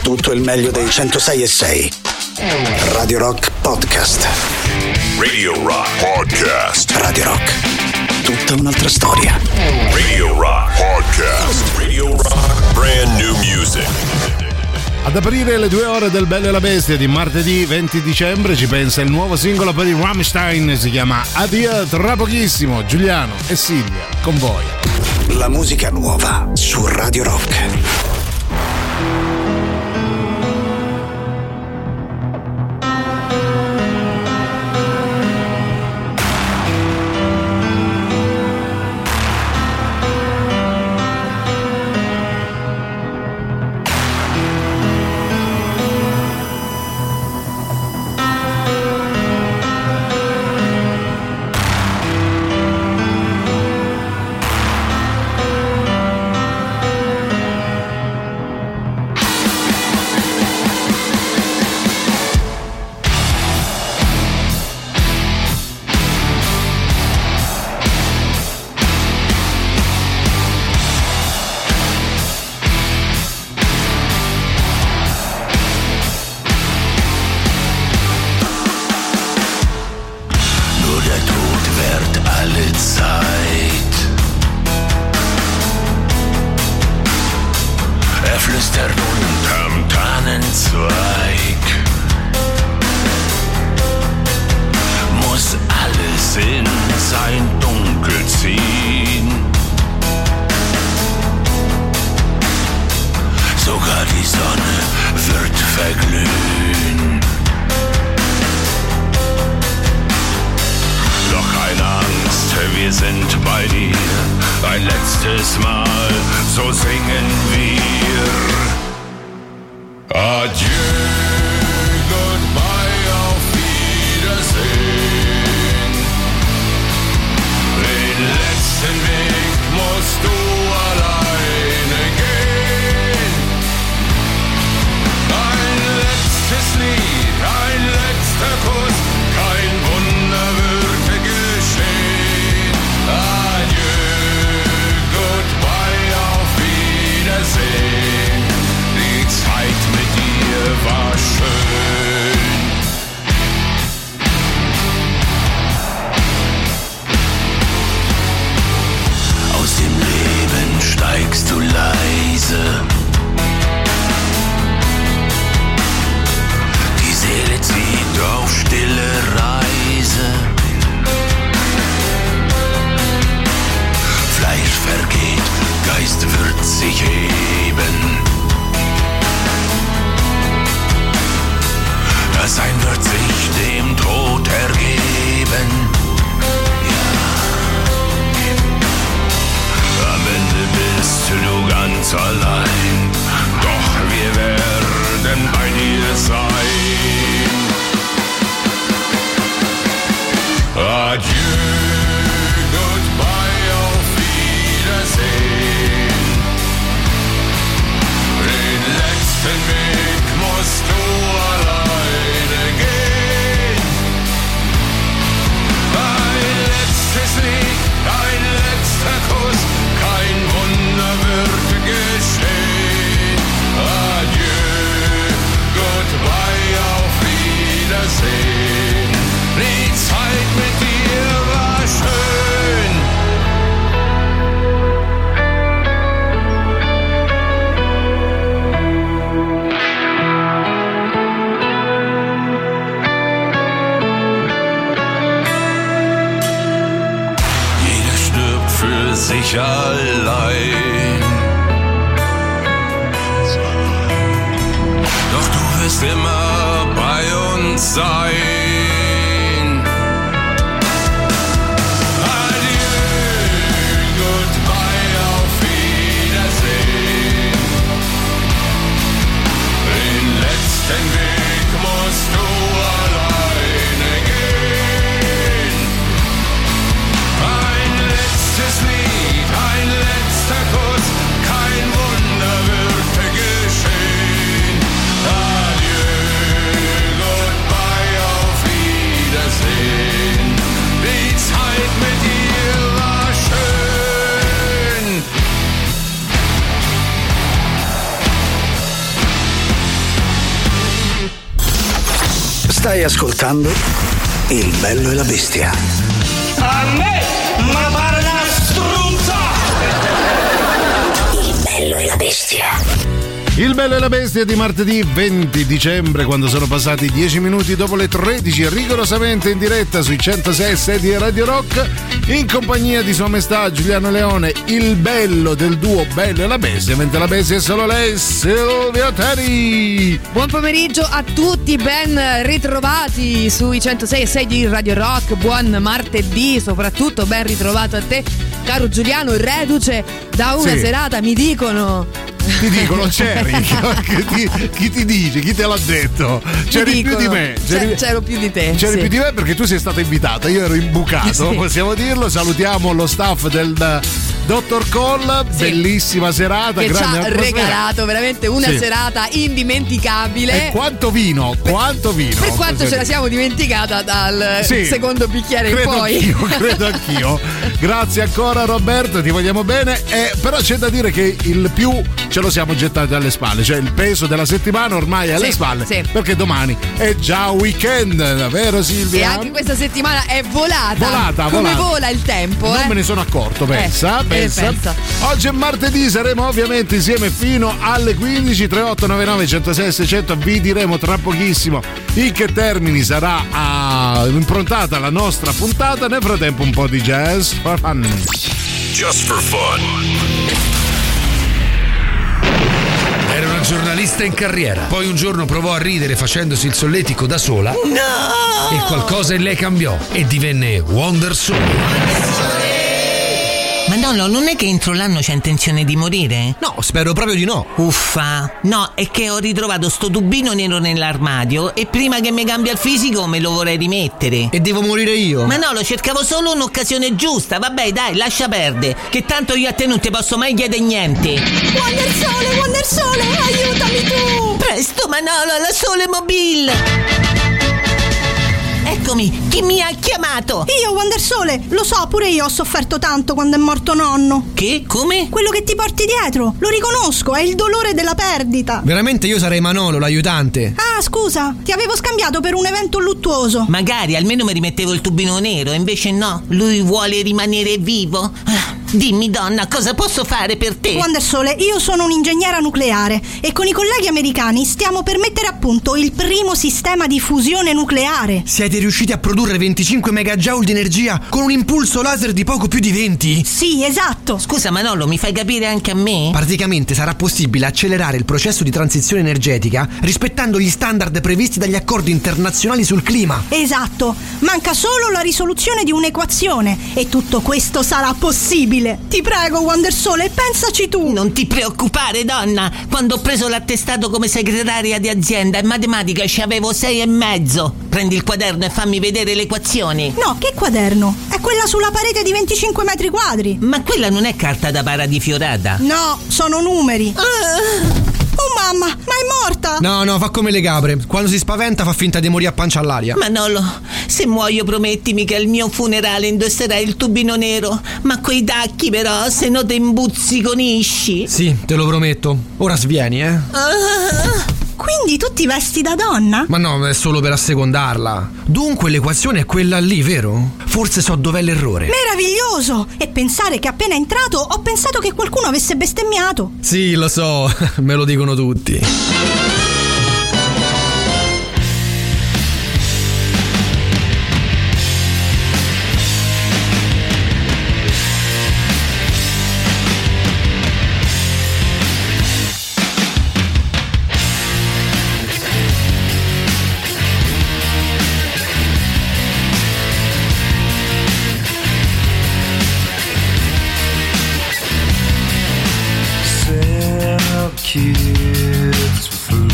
tutto il meglio dei 106.6. Radio Rock Podcast. Radio Rock Podcast. Radio Rock. Tutta un'altra storia. Radio Rock Podcast. Radio Rock Brand New Music. Ad aprire le 2 ore del Bello e la Bestia di martedì 20 dicembre ci pensa il nuovo singolo per i Rammstein, si chiama Addio. Tra pochissimo Giuliano e Silvia con voi. La musica nuova su Radio Rock. Stai ascoltando Il Bello e la Bestia. A me, ma pare una struzza! Il Bello e la Bestia. Il Bello e la Bestia di martedì 20 dicembre, quando sono passati 10 minuti dopo le 13, rigorosamente in diretta sui 106.6 di Radio Rock, in compagnia di Sua Maestà Giuliano Leone, il bello del duo Bello e la Bestia, mentre la bestia è solo lei, Silvia Teri. Buon pomeriggio a tutti, ben ritrovati sui 106.6 di Radio Rock, buon martedì, soprattutto ben ritrovato a te, caro Giuliano, reduce da una serata, mi dicono... Ti dicono c'eri, chi ti dice, chi te l'ha detto? C'eri più di me, c'ero più di te. C'eri più di me perché tu sei stata invitata, io ero imbucato, possiamo dirlo. Salutiamo lo staff del Dr. Cole, bellissima serata, che grande ci ha regalato veramente una serata indimenticabile. E quanto vino. Per quanto ce la siamo dimenticata dal secondo bicchiere in poi. Credo anch'io. Grazie ancora Roberto, ti vogliamo bene. Però c'è da dire che il più ce lo siamo gettati alle spalle, cioè il peso della settimana ormai è alle spalle, perché domani è già weekend, vero Silvia? E anche questa settimana è volata. Come vola il tempo? Non me ne sono accorto, pensa. Oggi è martedì, saremo ovviamente insieme fino alle 15. 3899 106 600. Vi diremo tra pochissimo in che termini sarà improntata la nostra puntata. Nel frattempo un po' di jazz for fun. Just for fun. Era una giornalista in carriera. Poi un giorno provò a ridere facendosi il solletico da sola. No! E qualcosa in lei cambiò e divenne Wonder Soul. Ma Nonno, non è che entro l'anno c'è intenzione di morire? No, spero proprio di no. Uffa. No, è che ho ritrovato sto tubino nero nell'armadio e prima che mi cambia il fisico me lo vorrei rimettere. E devo morire io? Ma no, lo cercavo solo un'occasione giusta. Vabbè, dai, lascia perdere, che tanto io a te non ti posso mai chiedere niente. Wonder Sole, aiutami tu! Presto, Manolo, alla Sole Mobile! Eccomi, chi mi ha chiamato? Io, Wonder Sole, lo so, pure io ho sofferto tanto quando è morto nonno. Che? Come? Quello che ti porti dietro, lo riconosco, è il dolore della perdita. Veramente io sarei Manolo, l'aiutante. Ah, scusa, ti avevo scambiato per un evento luttuoso. Magari, almeno mi rimettevo il tubino nero, invece no, lui vuole rimanere vivo. Dimmi, donna, cosa posso fare per te? Wonder Sole, io sono un'ingegnera nucleare e con i colleghi americani stiamo per mettere a punto il primo sistema di fusione nucleare. Siete riusciti a produrre 25 megajoule di energia con un impulso laser di poco più di 20? Sì, esatto. Scusa Manolo, mi fai capire anche a me? Praticamente sarà possibile accelerare il processo di transizione energetica rispettando gli standard previsti dagli accordi internazionali sul clima. Esatto, manca solo la risoluzione di un'equazione e tutto questo sarà possibile. Ti prego, Wonder Sole, pensaci tu. Non ti preoccupare, donna. Quando ho preso l'attestato come segretaria di azienda in matematica ci avevo 6,5. Prendi il quaderno e fammi vedere le equazioni. No, che quaderno? È quella sulla parete di 25 metri quadri. Ma quella non è carta da paradifiorata. No, sono numeri. Oh mamma, ma è morta? No, fa come le capre. Quando si spaventa fa finta di morire a pancia all'aria. Manolo, se muoio promettimi che al mio funerale indosserai il tubino nero. Ma coi tacchi però, se no te imbuzziconisci. Sì, te lo prometto. Ora svieni, Quindi tu ti vesti da donna? Ma no, è solo per assecondarla. Dunque l'equazione è quella lì, vero? Forse so dov'è l'errore. Meraviglioso! E pensare che appena entrato ho pensato che qualcuno avesse bestemmiato. Sì, lo so, me lo dicono tutti. Kids with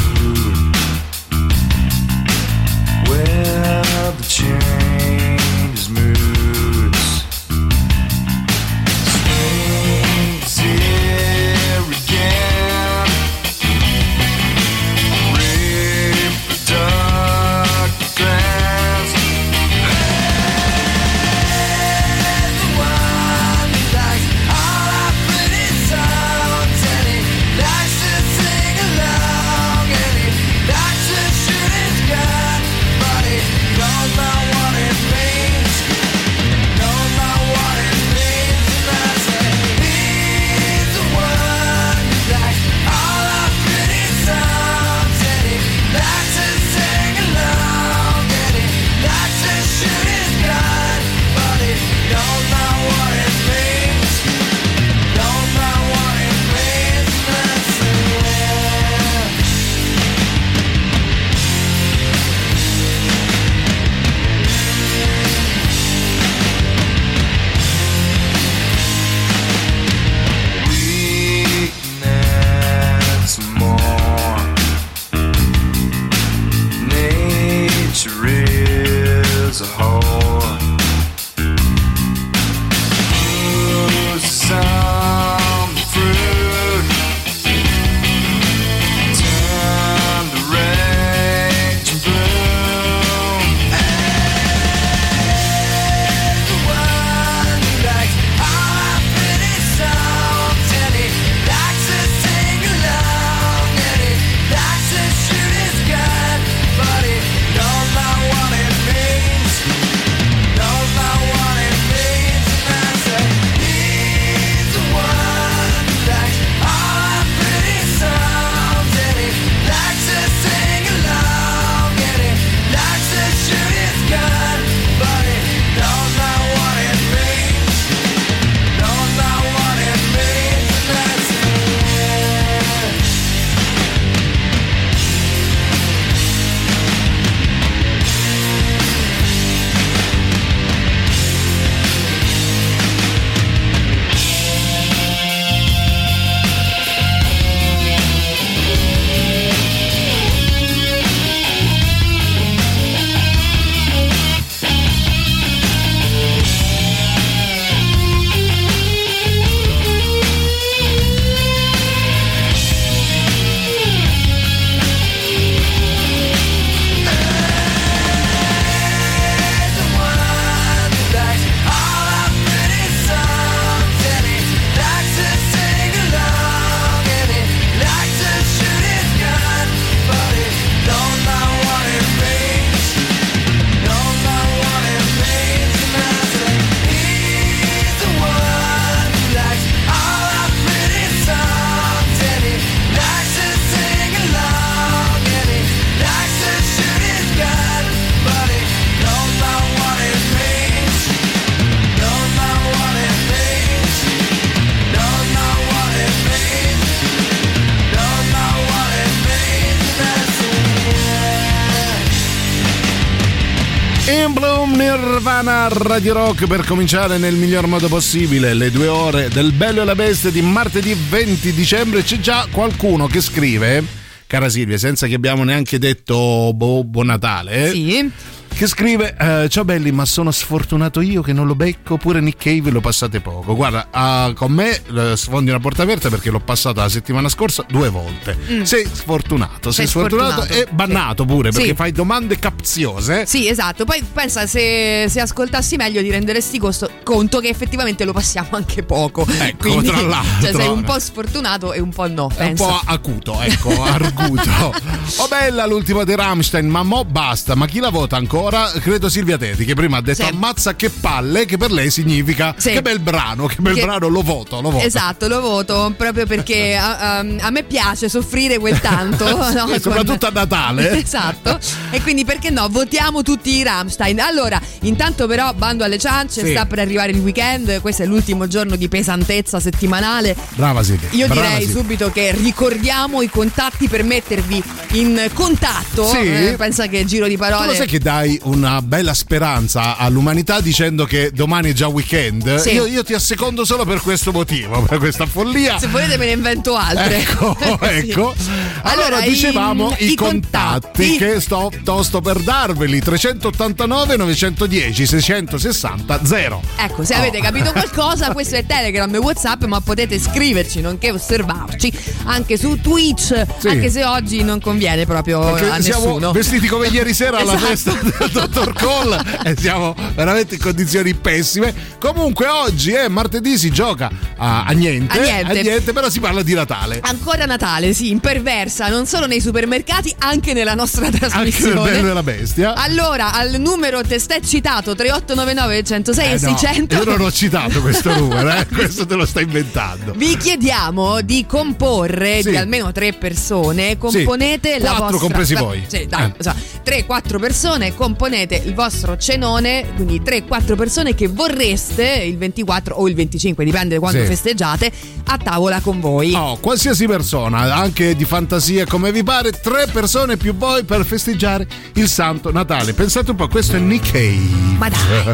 In Bloom, Nirvana, Radio Rock, per cominciare nel miglior modo possibile le 2 ore del Bello e la Bestia di martedì 20 dicembre. C'è già qualcuno che scrive, cara Silvia, senza che abbiamo neanche detto buon Natale, sì, che scrive: ciao belli, ma sono sfortunato io che non lo becco, pure Nick Cave lo passate poco. Guarda, con me sfondi una porta aperta perché l'ho passato la settimana scorsa 2 volte. Sei sfortunato e bannato pure, perché fai domande capziose. Sì, esatto. Poi pensa, se ascoltassi meglio ti renderesti conto che effettivamente lo passiamo anche poco. Ecco, quindi, tra l'altro, cioè, sei un po' sfortunato e un po' no, penso. Un po' acuto, ecco, arguto. Oh bella l'ultima di Rammstein, ma mo basta. Ma chi la vota ancora? Credo Silvia Teti, che prima ha detto ammazza che palle, che per lei significa che bel brano, brano, lo voto. Esatto, lo voto proprio perché a me piace soffrire quel tanto, no? Soprattutto a Natale. Esatto. E quindi perché no, votiamo tutti i Rammstein. Allora, intanto però bando alle ciance, sta per arrivare il weekend, questo è l'ultimo giorno di pesantezza settimanale. Brava Silvia. Io direi subito che ricordiamo i contatti per mettervi in contatto. Pensa che giro di parole. Tu lo sai che dai una bella speranza all'umanità dicendo che domani è già weekend? Sì. Io ti assecondo solo per questo motivo, per questa follia. Se volete me ne invento altre. Ecco. Allora dicevamo i contatti che sto per darveli: 389 910 660 0. Ecco, se avete capito qualcosa, questo è Telegram e WhatsApp, ma potete scriverci nonché osservarci anche su Twitch, anche se oggi non conviene proprio perché a nessuno. Siamo vestiti come ieri sera alla festa del Dr. Cole e siamo veramente in condizioni pessime. Comunque oggi è martedì, si gioca a niente, però si parla di Natale. Ancora Natale, sì, imperversa non solo nei supermercati, anche nella nostra trasmissione. Anche nel Bello della Bestia. Allora, al numero testé citato 3899 106 e 600. Io non ho citato questo numero, questo te lo stai inventando. Vi chiediamo di comporre di almeno 3 persone. Componete la 4 vostra. Compresi voi. Sì, dai, 3-4 persone, componete il vostro cenone, quindi 3-4 persone che vorreste il 24 o il 25, dipende da quando festeggiate, a tavola con voi. Qualsiasi persona, anche di fantasia come vi pare, 3 persone più voi per festeggiare il Santo Natale. Pensate un po', questo è Nick Cave. Ma dai.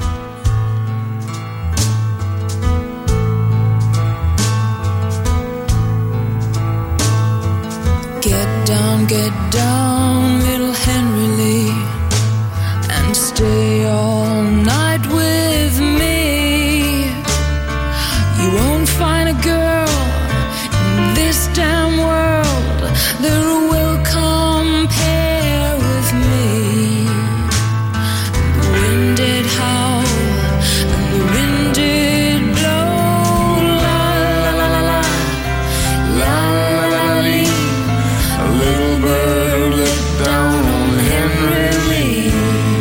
Get down, little Henry Lee, and stay all night with me. You won't find a girl in this damn world that will compare with me. The wind did howl and the wind did blow, la la la la la, la la la la. A little bird let down on Henry Lee.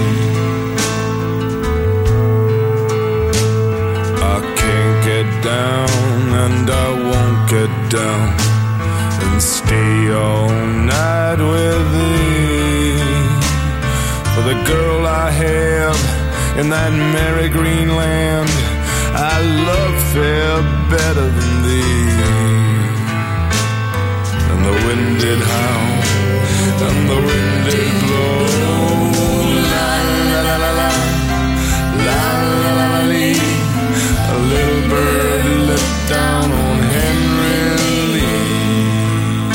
I can't get down and I won't get down and stay all night with thee. For the girl I have in that merry green land, I love fair better than thee. And the wind did howl, and the wind did blow, la la la la la, la la la la lee. A little bird let down on Henry Lee.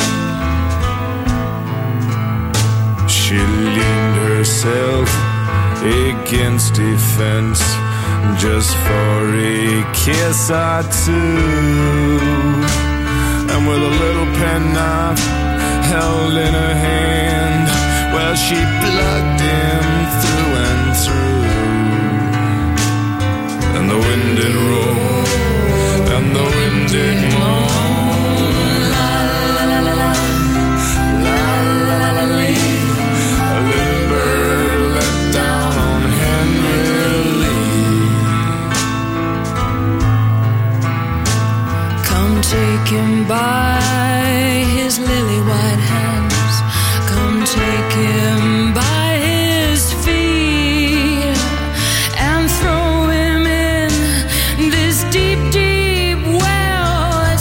She leaned herself against a fence just for a kiss or two. And with a little penknife held in her hand, well, she plugged him through and through. And the wind did roar, and the wind did moan, la la la la la, la la la la lee. A little bird let down on Henry Lee. Come take him by his lily white hands, come take him by his feet, and throw him in this deep, deep well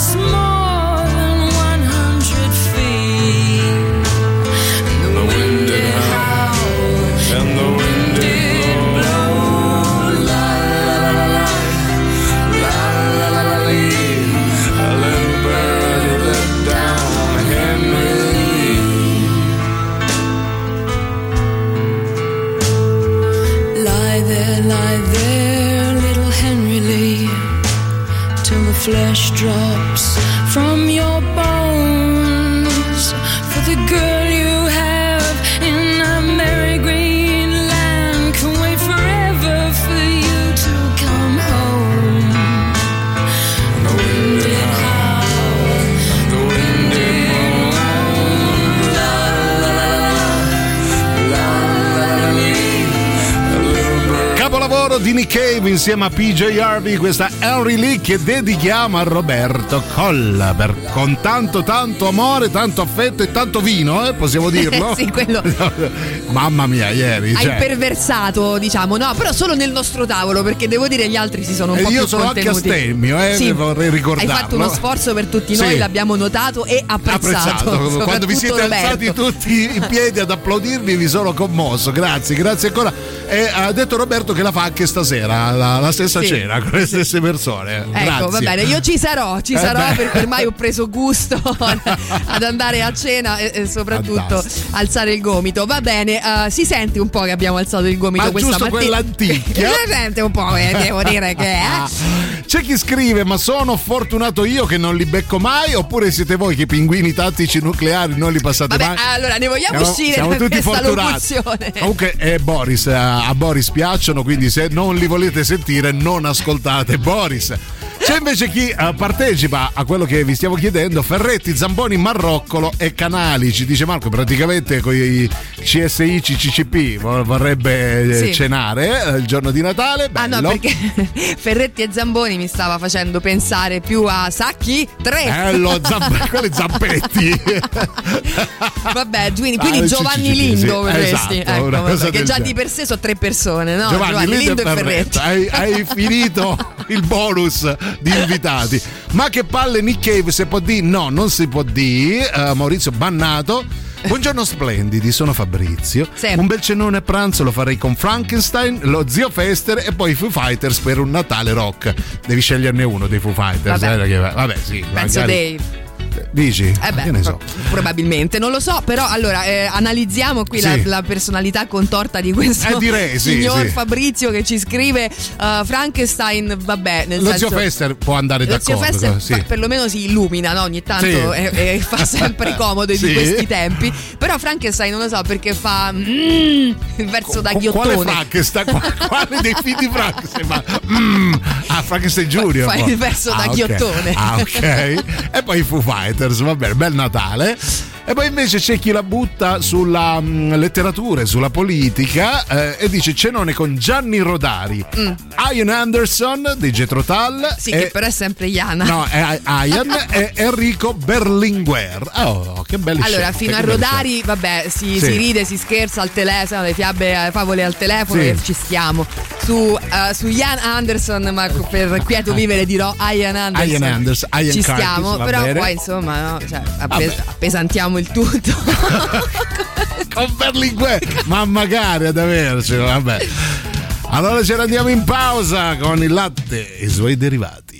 girl you have in a merry green land can wait forever for you to come home. The wind did howl, the wind did moan, la la la la la. Capolavoro di Nick Cave insieme a PJ Harvey, questa Henry Lee che dedichiamo a Roberto Colla con tanto amore, tanto affetto e tanto vino, possiamo dirlo? Sì, quello. Mamma mia, ieri Hai perversato, diciamo, no, però solo nel nostro tavolo, perché devo dire gli altri si sono un po' più contenuti. Io sono anche astemmio, sì, vorrei ricordarlo. Hai fatto uno sforzo per tutti noi, sì. L'abbiamo notato e apprezzato. Quando vi siete Roberto. alzati tutti in piedi ad applaudirmi mi sono commosso, grazie ancora. E ha detto Roberto che la fa anche stasera, la stessa sì. cena con le stesse persone. Ecco, grazie. va bene, io ci sarò perché ormai ho preso gusto ad andare a cena e soprattutto alzare il gomito. Va bene, si sente un po' che abbiamo alzato il gomito questa giusto mattina. quell'anticchia. Si sente un po', devo dire che C'è chi scrive: ma sono fortunato io che non li becco mai, oppure siete voi che i pinguini tattici nucleari non li passate mai? Allora ne vogliamo uscire siamo da tutti questa fortunati. locuzione. Comunque Boris, a Boris piacciono, quindi se non li volete sentire non ascoltate Boris. C'è invece chi partecipa a quello che vi stiamo chiedendo: Ferretti, Zamboni, Marroccolo e Canali. Ci dice Marco, praticamente con i CSI CCCP vorrebbe cenare il giorno di Natale. Bello. Ah no, perché Ferretti e Zamboni mi stava facendo pensare più a Sacchi 3. Bello, quelli Zampetti. Vabbè, quindi Giovanni Lindo vorresti, esatto, che già di per sé sono 3 persone, no? Giovanni Lindo e Ferretti. Hai finito il bonus di invitati. Ma che palle Nick Cave, se può dire? No, non si può dire. Maurizio bannato. Buongiorno splendidi, sono Fabrizio. Sì. Un bel cenone a pranzo lo farei con Frankenstein, lo Zio Fester e poi i Foo Fighters per un Natale rock. Devi sceglierne uno dei Foo Fighters. Vabbè sì. Penso magari... Dave. Dici? Beh, che ne so. Probabilmente, non lo so, però allora analizziamo qui la personalità contorta di questo signor Fabrizio che ci scrive Frankenstein, vabbè, nel senso, Zio Fester può andare d'accordo. Lo Zio Fester perlomeno si illumina, no? Ogni tanto e fa sempre comodo di questi tempi. Però Frankenstein non lo so perché fa il verso da ghiottone. Quale Frankenstein? Quale dei figli di Frankenstein? Frankenstein Junior. Fa il verso da ghiottone. Ok. E poi Foo Fighters, va bene, bel Natale. E poi invece c'è chi la butta sulla letteratura e sulla politica e dice cenone con Gianni Rodari, Ian Anderson di Jethro Tull, che però è sempre Iana. No, è Ian e Enrico Berlinguer. Oh, che belle allora, scelte, fino a Rodari, vabbè, si ride, si scherza al telefono, le favole al telefono e ci stiamo. Su Ian Anderson, ma per quieto vivere dirò Ian Anderson. Ian ci Curtis, stiamo, però bene. poi insomma no, cioè, appesantiamo il tutto. Con Berlinguer, ma magari ad avercelo, vabbè. Allora ce ne andiamo in pausa con il latte e i suoi derivati.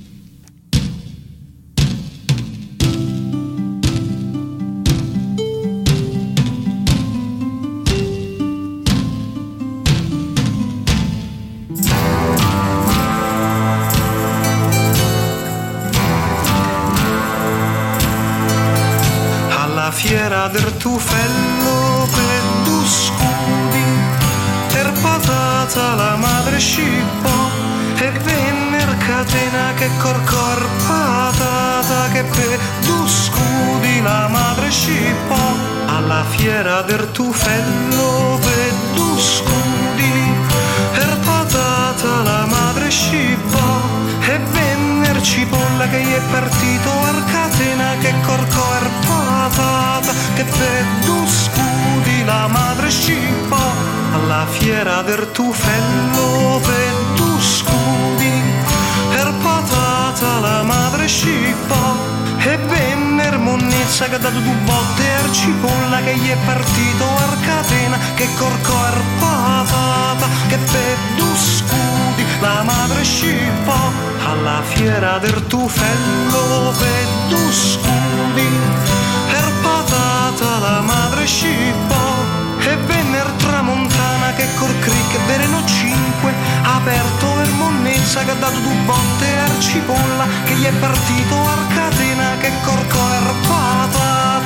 Fiera del tufello per due scudi, per patata la madre scippò e venner catena che corcor patata che per due scudi la madre scippò. Alla fiera del tufello per due scudi, per patata la madre scippò e venner cipolla che gli è partito al catena che corcor patata che per due scudi la madre scippò. Alla fiera del tufello per due scudi, per patata la madre scippò e venner monnezza che ha dato due botte al cipolla che gli è partito al catena che corcor patata che per due scudi la madre scippò. Alla fiera del tufello per due scudi, per patata la madre scippò e venner tramontana che col cric vereno 5 aperto il monnezza che ha dato due botte al cipolla che gli è partito al catena che corcor patata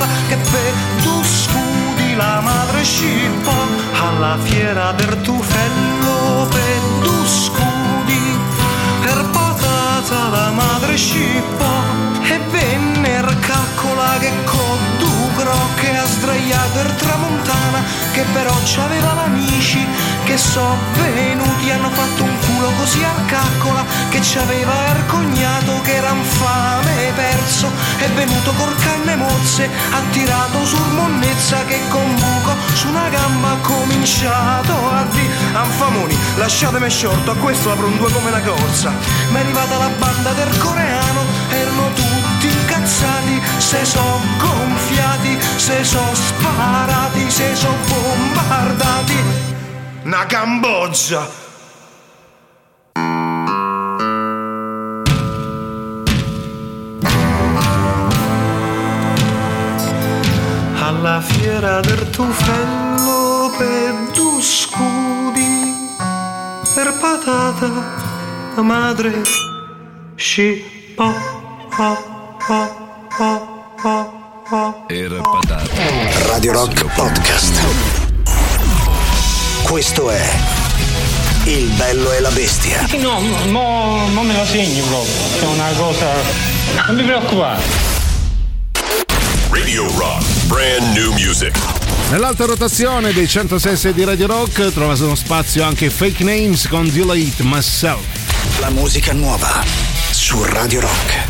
patata che per tu scudi la madre scippò alla fiera del tufello per tu scudi per patata la madre scippò e venne il caccola che con che ha sdraiato il tramontana che però c'aveva l'amici che so venuti hanno fatto un culo così a caccola che c'aveva il cognato che era infame perso è venuto col canne mozze ha tirato sul monnezza che con buco su una gamba ha cominciato a di anfamoni lasciatemi sciorto a questo apro un due come una corsa ma è arrivata la banda del coreano erano tutti incazzati se so gonfiati se so sparati, se so bombardati, na Cambogia. Alla fiera del tufello per due scudi, per patata, la madre scipò, Era patata. Radio Rock Podcast. Questo è Il bello e la bestia. No, non me la segni proprio. È una cosa. Non mi preoccupare. Radio Rock, brand new music. Nell'alta rotazione dei 106 di Radio Rock trova uno spazio anche Fake Names con Delete Myself. La musica nuova su Radio Rock.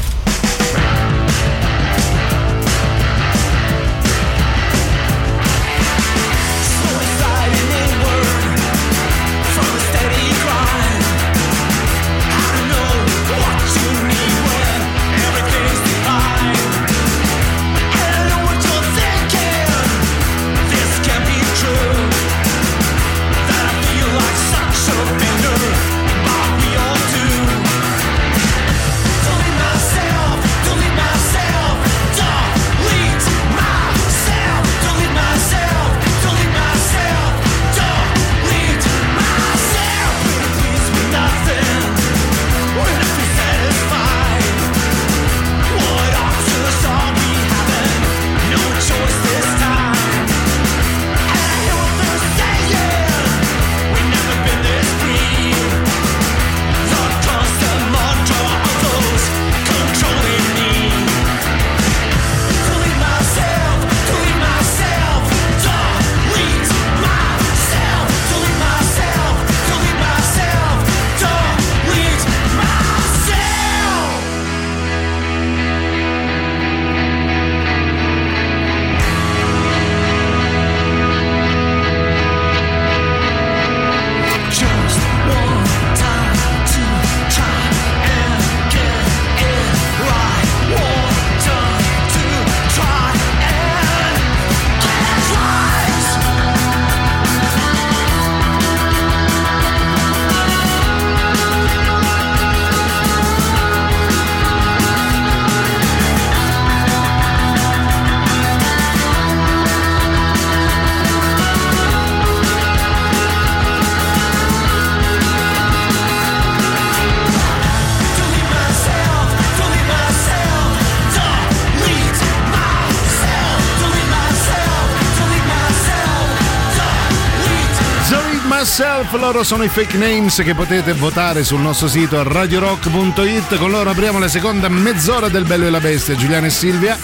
Loro sono i Fake Names che potete votare sul nostro sito radiorock.it. Con loro apriamo la seconda mezz'ora del Bello e la Bestia, Giuliano e Silvia.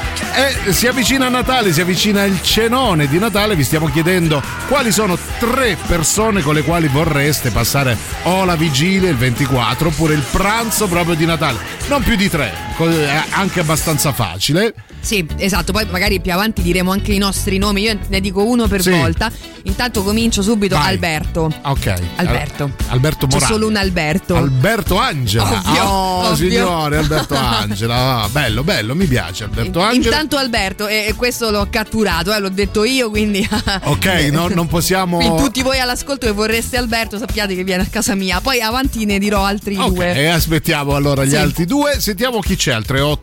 E si avvicina Natale, si avvicina il cenone di Natale. Vi stiamo chiedendo quali sono 3 persone con le quali vorreste passare o la vigilia il 24 oppure il pranzo proprio di Natale. Non più di 3, è anche abbastanza facile. Sì, esatto, poi magari più avanti diremo anche i nostri nomi, io ne dico uno per volta. Intanto comincio subito. Vai. Alberto. Ok. Alberto Morandi. C'è solo un Alberto. Alberto Angela. Ovvio. Signore, Alberto Angela. Bello, mi piace Alberto Angela. Intanto Alberto, e questo l'ho catturato, l'ho detto io, quindi ok, non possiamo. Quindi tutti voi all'ascolto che vorreste Alberto, sappiate che viene a casa mia. Poi avanti ne dirò altri 2. E aspettiamo allora gli altri 2. Sentiamo chi c'è al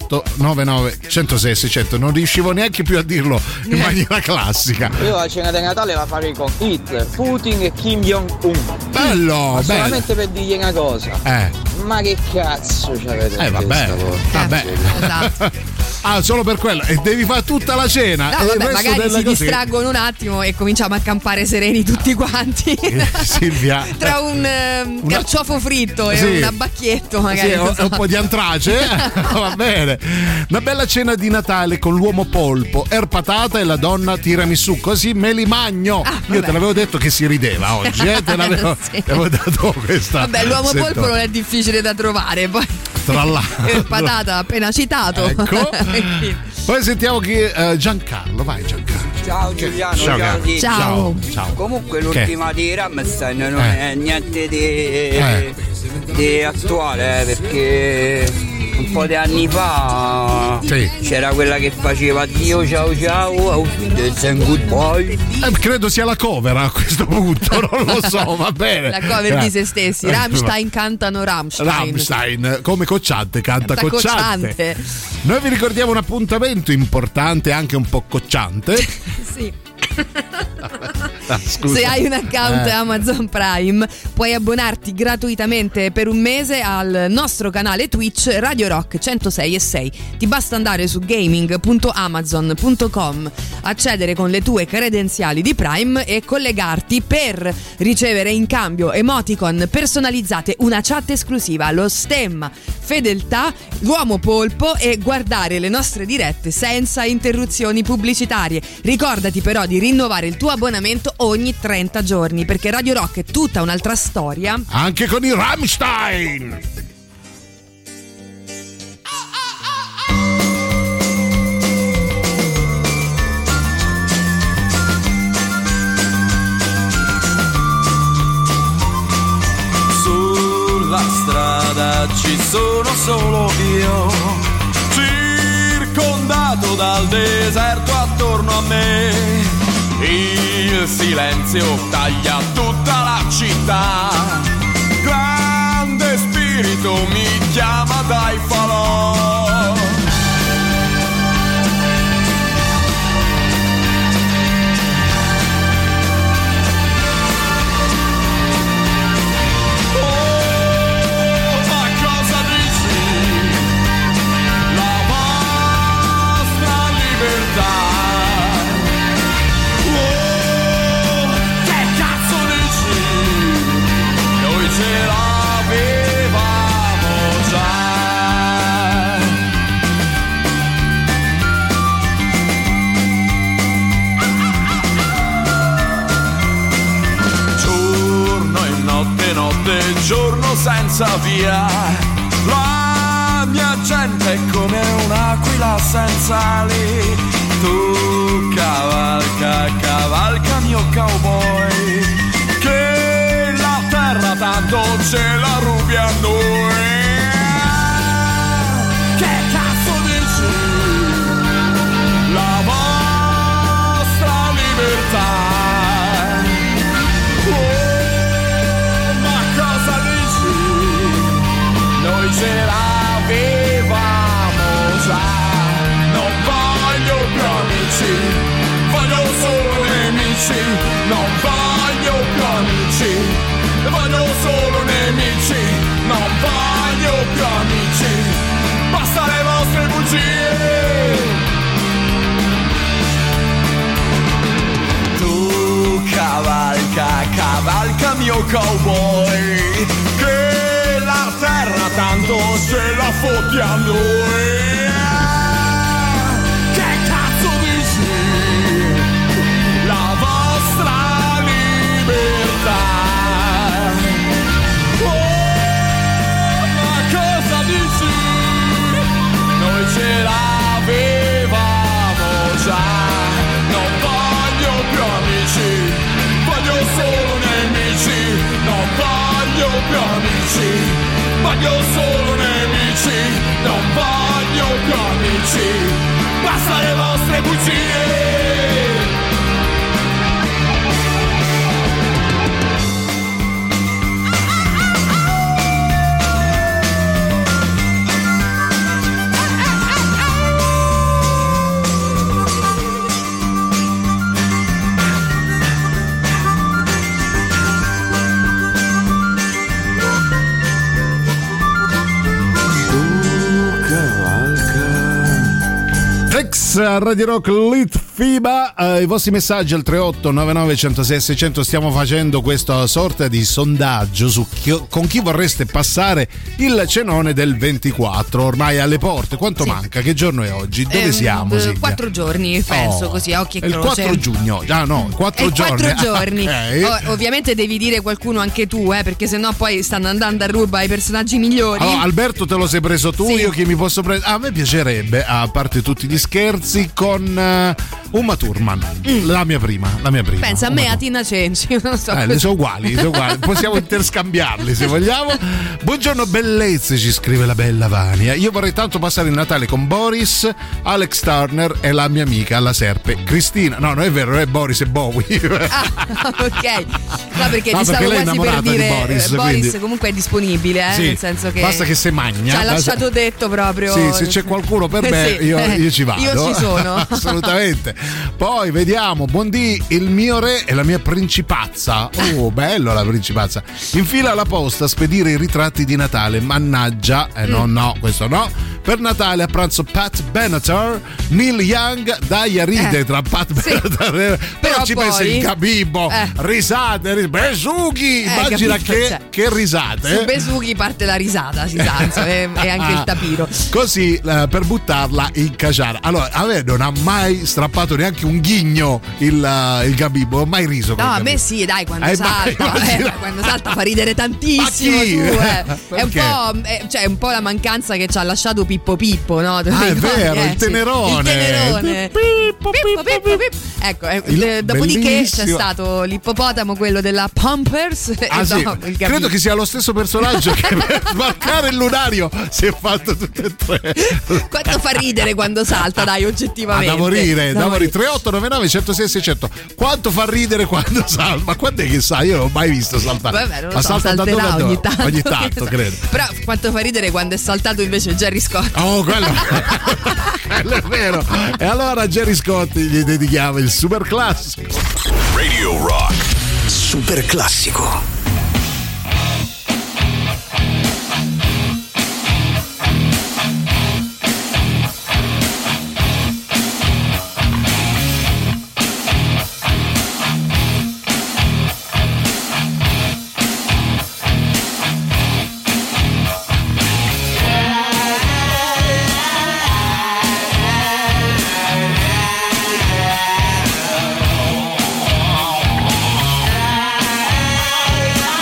3899 106 600. Non riuscivo neanche più a dirlo in maniera classica. Io la cena di Natale la farei con Hitler, Putin e Kim Jong-un. Bello, solamente per dirgli una cosa. Ma che cazzo c'avete? Vabbè. Esatto. solo per quello. E devi fare tutta la cena. No, e vabbè, il resto magari della si cosa- distraggono un attimo e cominciamo a campare sereni tutti quanti. Silvia. Tra un carciofo fritto e Sì. un abbacchietto, magari. Sì, non so. un po' di antrace. Va bene. Una bella cena di Natale con l'uomo polpo, patata e la donna tiramisù. Così me li magno. Io te l'avevo detto che si rideva oggi. Te l'avevo Sì. te avevo dato questa. Vabbè, l'uomo settore. polpo non è difficile da trovare. Poi Tra l'altro. il patata appena citato. Ecco. Poi sentiamo chi Giancarlo. Vai Giancarlo. Ciao Giuliano, Ciao, caro. Ciao. Ciao. Comunque l'ultima di Rammstein non è niente di attuale, perché un po' di anni fa c'era quella che faceva Dio ciao ciao, auf Wiedersehen, goodbye. Credo sia la cover a questo punto, non lo so, va bene. La cover di se stessi. Rammstein cantano Rammstein, come Cocciante canta Canta Cocciante. Cocciante. Noi vi ricordiamo un appuntamento importante, anche un po' cocciante. Sì. Scusa. Se hai un account Amazon Prime puoi abbonarti gratuitamente per un mese al nostro canale Twitch Radio Rock 106.6. Ti basta andare su gaming.amazon.com, accedere con le tue credenziali di Prime e collegarti per ricevere in cambio emoticon personalizzate, una chat esclusiva, lo stemma, fedeltà, l'uomo polpo e guardare le nostre dirette senza interruzioni pubblicitarie. Ricordati però di rinnovare il tuo abbonamento ogni 30 giorni, perché Radio Rock è tutta un'altra storia. Anche con i Rammstein. Sulla strada ci sono solo io, circondato dal deserto attorno a me. Il silenzio taglia tutta la città. Grande spirito mi chiama dai falò. Ce l'avevamo già. Giorno e notte, notte e giorno senza via. La mia gente è come un'aquila senza ali. Tu cavalca, cavalca mio cowboy, che la terra tanto ce la rubi a noi. Che cazzo dici? La vostra libertà. Oh, ma cosa dici? Noi ce l'avevamo già. Non voglio più amici, voglio solo nemici. Non voglio più amici, voglio solo nemici. Non voglio più amici, basta le vostre bugie. Tu cavalca, cavalca mio cowboy, che la terra tanto ce la fotti a noi. Che cazzo dici? La vostra libertà. Oh, ma cosa dici? Noi ce l'avevamo già. Non voglio più amici, voglio solo nemici. Non voglio più amici, voglio solo nemici. Non voglio più amici, basta le vostre bugie. Kiss a Radio Rock Litfiba. I vostri messaggi al 38 99 106 600. Stiamo facendo questa sorta di sondaggio su con chi vorreste passare il cenone del 24, ormai alle porte. Quanto manca? Che giorno è oggi? Dove siamo? 4 giorni penso, così a occhi e il croce. 4 giugno. Ah no, 4 giorni. 4 giorni. Okay. Ovviamente devi dire qualcuno anche tu, perché sennò poi stanno andando a ruba i personaggi migliori. Allora, Alberto te lo sei preso tu, io che mi posso prendere. A me piacerebbe, a parte tutti gli scherzi, con Uma Thurman, la mia prima. Pensa a me, a Tina Cenci, non so. Le sono uguali. Possiamo interscambiarli se vogliamo. Buongiorno bellezze, ci scrive la bella Vania. Io vorrei tanto passare il Natale con Boris, Alex Turner e la mia amica la serpe Cristina. No, non è vero, non è Boris, è Bowie. Ok. No, perché ti stavo quasi per dire Boris comunque è disponibile, sì, nel senso che basta che se magna. Ci ha lasciato detto proprio. Sì, se c'è qualcuno per me, sì, io ci vado. Io ci sono. Assolutamente. Poi vediamo, buondì, il mio re e la mia principazza. Oh, bello la principazza. In fila alla posta a spedire i ritratti di Natale. Mannaggia, no, questo no. Per Natale a pranzo Pat Benatar, Neil Young, dai a ride tra Pat Benatar. Però ci pensa il Gabibbo, risate, Besuchi. Immagina che risate. Su Besuchi parte la risata, si sa, e anche il tapiro. Così per buttarla in caciara. Allora, a me non ha mai strappato neanche un ghigno il Gabibbo, ho mai riso. No, a me sì, dai, quando salta fa ridere tantissimo. È un po' la mancanza che ci ha lasciato Pippo, no? È vero, il tenerone. Pippo. Ecco, dopodiché c'è stato l'ippopotamo, quello della Pampers. Credo che sia lo stesso personaggio che per sbarcare il lunario si è fatto tutte e tre. Quanto fa ridere quando salta, dai, oggettivamente. Da morire. 3899 106 600. Quanto fa ridere quando salta? Ma quando è che sa? Io non ho mai visto saltare. Vabbè, non lo so, salterà ogni tanto. Ogni tanto, credo. Però quanto fa ridere quando è saltato invece Gerry Scott. Oh, quello è vero. E allora a Gerry Scott gli dedichiamo il super classico. Radio Rock Super classico. I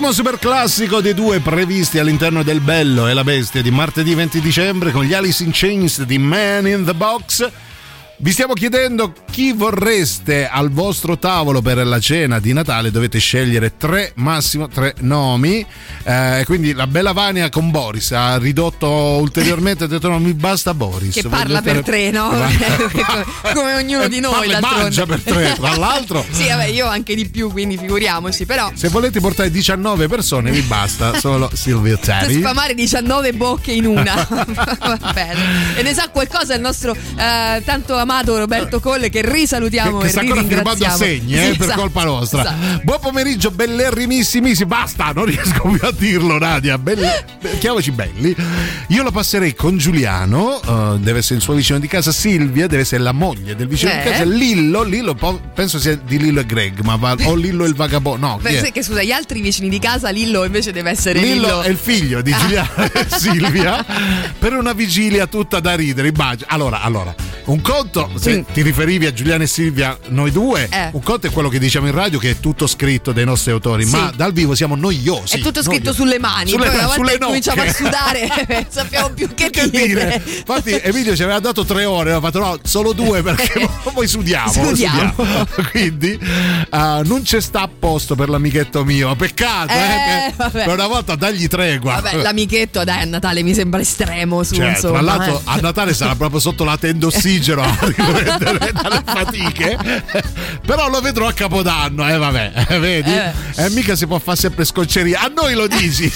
Primo super classico dei due previsti all'interno del Bello e la Bestia di martedì 20 dicembre con gli Alice in Chains di Man in the Box. Vi stiamo chiedendo chi vorreste al vostro tavolo per la cena di Natale. Dovete scegliere massimo tre nomi. Quindi la bella Vania con Boris ha ridotto ulteriormente, ha detto no, mi basta Boris. Che parla per tre, no? Come ognuno di noi. Mangia per tre, tra l'altro. Sì, vabbè, io anche di più, quindi figuriamoci, però. Se volete portare 19 persone vi basta solo Silvia Tari. Per sfamare 19 bocche in una. Va bene. E ne sa qualcosa il nostro tanto amato Roberto Colle, che risalutiamo che e sta ancora firmando assegni sì, per esatto, colpa nostra. Esatto. Buon pomeriggio bellerrimissimi, basta, non riesco più a dirlo, Nadia. Chiamaci belli. Io lo passerei con Giuliano, deve essere il suo vicino di casa. Silvia deve essere la moglie del vicino di casa. Lillo penso sia di Lillo e Greg, ma o Lillo e il vagabondo. No, che scusa, gli altri vicini di casa Lillo invece deve essere Lillo è il figlio di Giuliano e Silvia, per una vigilia tutta da ridere, immagino. Allora un conto, se ti riferivi a Giuliano e Silvia, noi due, un conto è quello che diciamo in radio, che è tutto scritto dai nostri autori, ma dal vivo siamo noiosi. È tutto scritto sulle mani, poi una volta che cominciamo a sudare sappiamo più che dire. Infatti Emilio ci aveva dato 3 ore, aveva fatto no, solo 2 perché poi sudiamo. Quindi non c'è sta a posto per l'amichetto mio, peccato per una volta dagli tregua. Vabbè, l'amichetto dai, a Natale mi sembra estremo su, insomma, tra l'altro a Natale sarà proprio sotto la tenda ossigeno a riprendere dalle fatiche, però lo vedrò a Capodanno, vabbè, vedi? Mica si può fare sempre scocceria, a noi lo dici.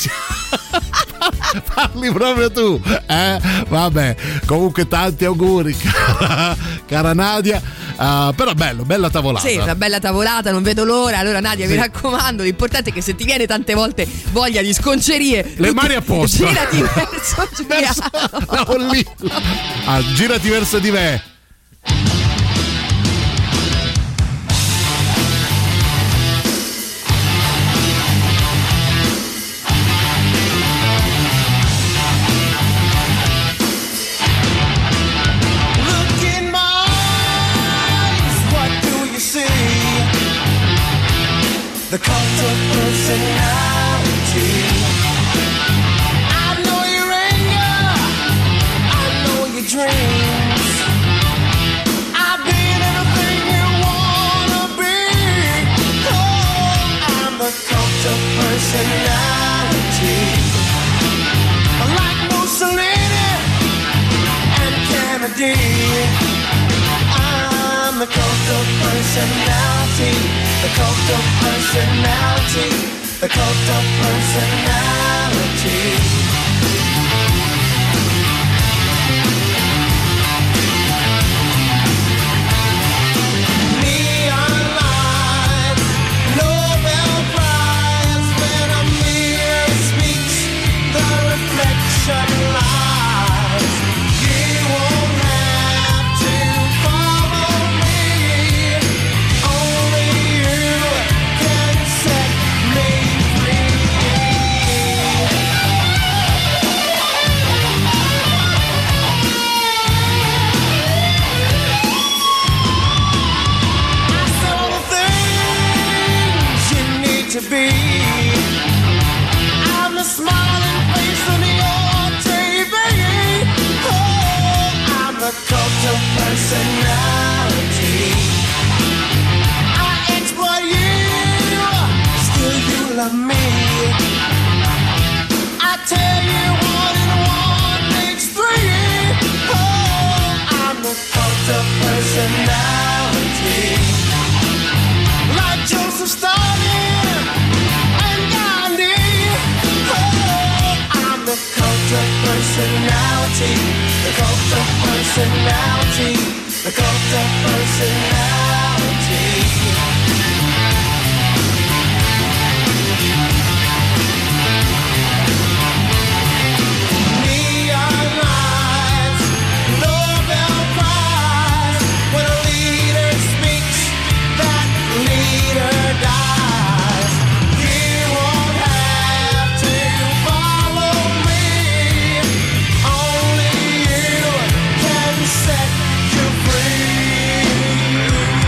Parli proprio tu, vabbè, comunque tanti auguri cara Nadia, però bella tavolata. Sì, una bella tavolata, non vedo l'ora. Allora Nadia, mi raccomando, l'importante è che se ti viene tante volte voglia di sconcerie, le mani a posto, girati verso Giuliano. Girati verso di me. The cult of personality. I know your anger, I know your dreams. I've been everything you wanna be. Oh, I'm the cult of personality. Like Mussolini and Kennedy, I'm the cult of personality. The cult of personality. The cult of personality. Neon lights, Nobel Prize. When a mirror speaks, the reflection lies. You won't have to follow me. Only you can set me free. I saw the things you need to be. I'm the smiling face on your TV. Oh, I'm the cult of personality. I exploit you, still you love me. I tell you 1 and 1 makes 3. Oh, I'm the cult of personality. Like Joseph Stalin and Gandhi. Oh, I'm the cult of personality. The cult of personality. The cult of personality. Neon lights, Nobel Prize. When a leader speaks, that leader dies. You won't have to follow me. Only you can set you free.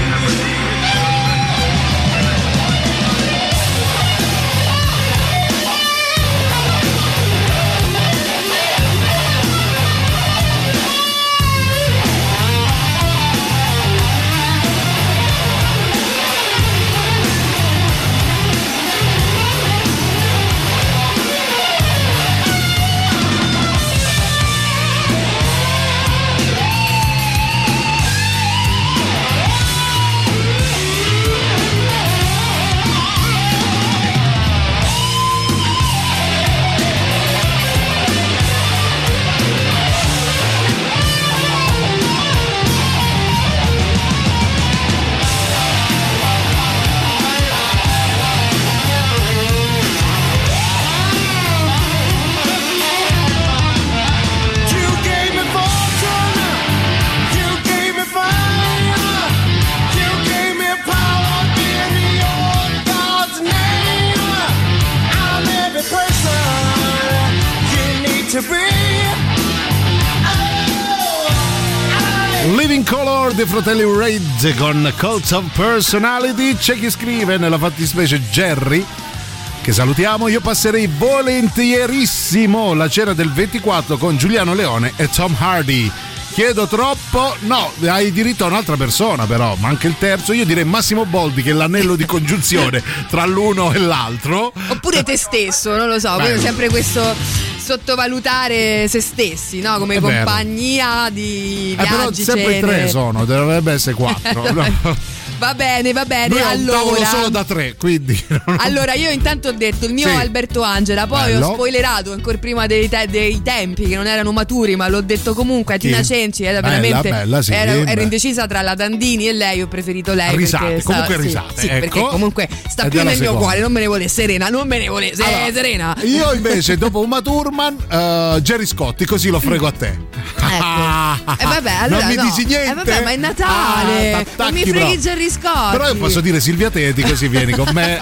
Living Color dei fratelli Rage con Cult of Personality. C'è chi scrive, nella fattispecie Jerry, che salutiamo: io passerei volentierissimo la cena del 24 con Giuliano Leone e Tom Hardy. Chiedo troppo? No, hai diritto a un'altra persona, però, ma anche il terzo. Io direi Massimo Boldi, che è l'anello di congiunzione tra l'uno e l'altro. Oppure te stesso, non lo so, poi sempre questo sottovalutare se stessi, no? Come compagnia di viaggi, però sempre cene. 3 sono, dovrebbe essere 4. No? Va bene. Noi allora solo da 3, quindi. Allora, io intanto ho detto il mio Alberto Angela, poi ho spoilerato ancora prima dei tempi che non erano maturi, ma l'ho detto comunque a Tina Cenci, era veramente bella, sì, ero indecisa tra la Dandini e lei, ho preferito lei. Risate, comunque risate. Sì, ecco. perché comunque sta più nel mio cuore, non me ne vuole Serena, Serena. Io invece dopo Uma Thurman, Gerry Scotti, così lo frego a te. Ecco. Vabbè, allora non mi dici niente? Vabbè, ma è Natale, non mi freghi Gerry Scotti. Però io posso dire Silvia Teti, così vieni con me.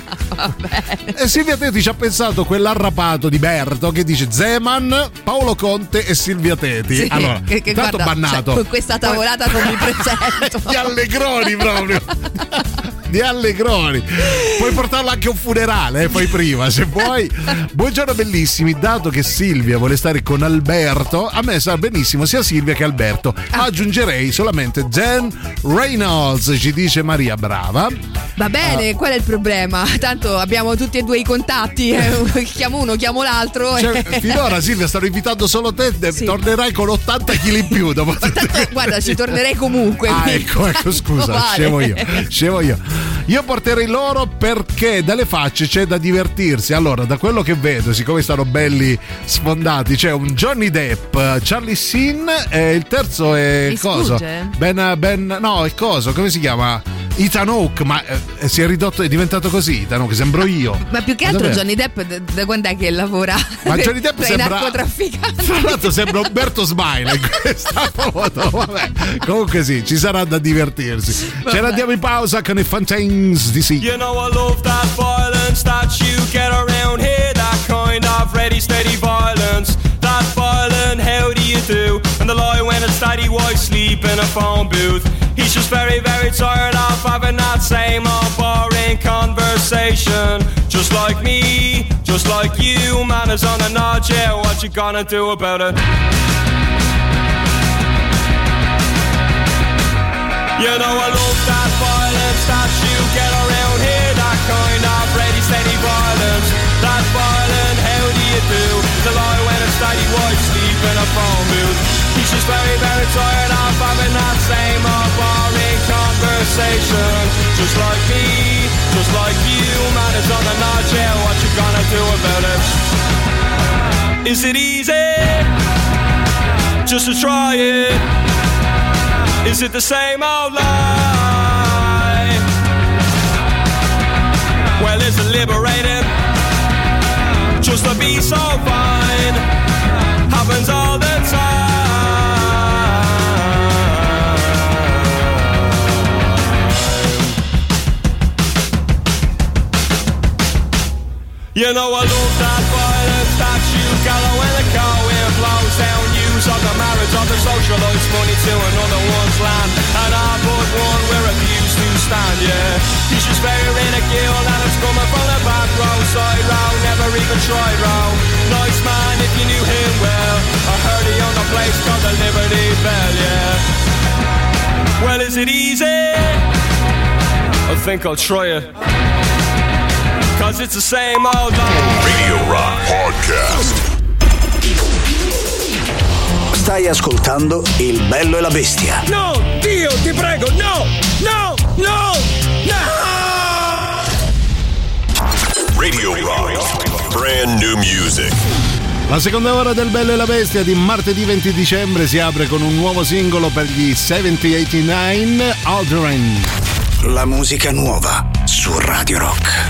E Silvia Teti ci ha pensato quell'arrapato di Berto che dice Zeman, Paolo Conte e Silvia Teti. Sì, allora, che tanto guarda, bannato. Cioè, con questa tavolata non mi presento. Gli allegroni proprio. Di allegroni. Puoi portarlo anche a un funerale, poi prima, se vuoi. Buongiorno bellissimi, dato che Silvia vuole stare con Alberto, a me sa benissimo sia Silvia che Alberto. Aggiungerei solamente Jen Reynolds, ci dice Maria Brava. Va bene, qual è il problema? Tanto abbiamo tutti e due i contatti, chiamo uno, chiamo l'altro. Cioè, finora Silvia stanno invitando solo te, tornerai con 80 kg in più dopo. Tanto, guarda, ci tornerei comunque. Ecco, scusa, vale. scemo io. Io porterei loro perché dalle facce c'è da divertirsi. Allora, da quello che vedo, siccome stanno belli sfondati, c'è un Johnny Depp, Charlie Sheen e il terzo è coso? No, è coso, come si chiama? Ethan Hawke, ma si è ridotto, è diventato così Ethan Hawke, sembro io. Ma più che altro Johnny Depp da quando è che lavora? Ma Johnny Depp sembra narcotrafficante. Tra l'altro sembra Umberto Smile in questa foto. Vabbè, comunque sì, ci sarà da divertirsi. Ce la diamo in pausa con i Fontaines DC. You know I love that violence that you get around here, that kind of ready steady violence. That violent, how do you do? And the lie when it's daddy white sleep in a phone booth. He's just very, very tired of having that same old boring conversation. Just like me, just like you, man is on the nod, yeah, what you gonna do about it? You know I love that violence that you get around here, that kind of ready, steady violence. That violent, how do you do? The lie when it's daddy white sleep in a phone booth. He's just very, very tired of having that same old boring conversation. Just like me, just like you, man is on the nod, yeah, what you gonna do about it? Is it easy just to try it? Is it the same old lie? Well, is it liberating just to be so fine? Happens all the time. You know I love that violence that you gather when the going blows down. Use of the marriage of the socialist money to another one's land. And I but one we're abused to stand, yeah. He's just very ridicule and it's coming from the back row, side row, never even tried row. Nice man if you knew him well. I heard he owned a place called the Liberty Bell, yeah. Well, is it easy? I think I'll try it. Cause it's the same old lie. Radio Rock Podcast. Stai ascoltando Il Bello e la Bestia. No, Dio, ti prego, no, no, no, no! Radio Rock, brand new music. La seconda ora del Bello e la Bestia di martedì 20 dicembre si apre con un nuovo singolo per gli 7089 Aldrin. La musica nuova su Radio Rock.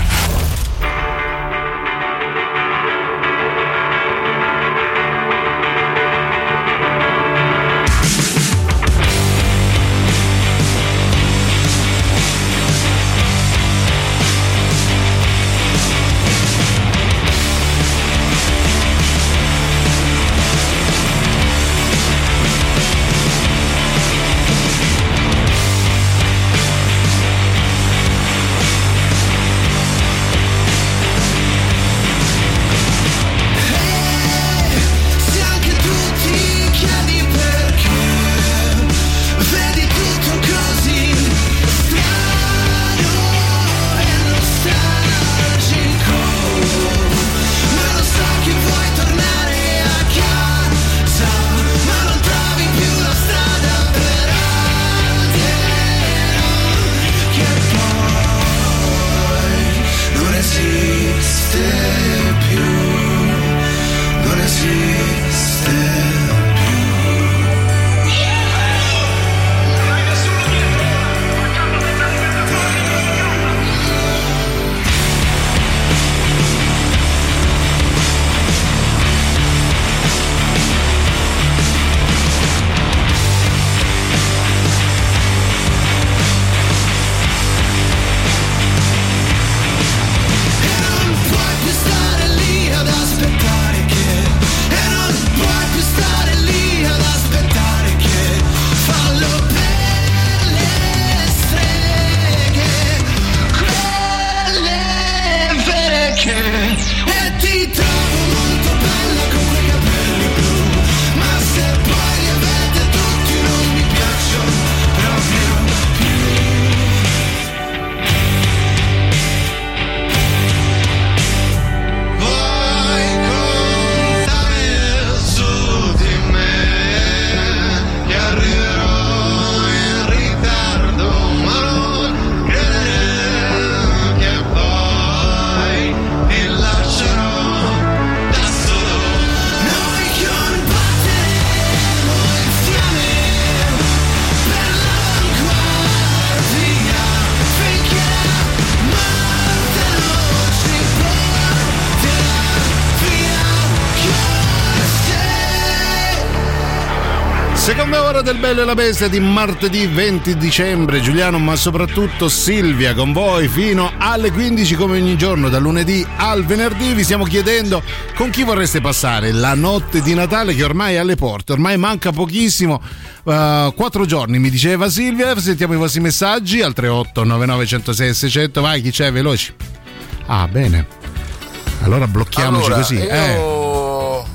L'ora del bello e la bestia di martedì 20 dicembre. Giuliano, ma soprattutto Silvia, con voi fino alle 15 come ogni giorno, dal lunedì al venerdì. Vi stiamo chiedendo con chi vorreste passare la notte di Natale, che ormai è alle porte, ormai manca pochissimo. 4 giorni, mi diceva Silvia. Sentiamo i vostri messaggi al 38 99 106 600. Vai, chi c'è, veloci. Ah, bene, allora blocchiamoci così. Io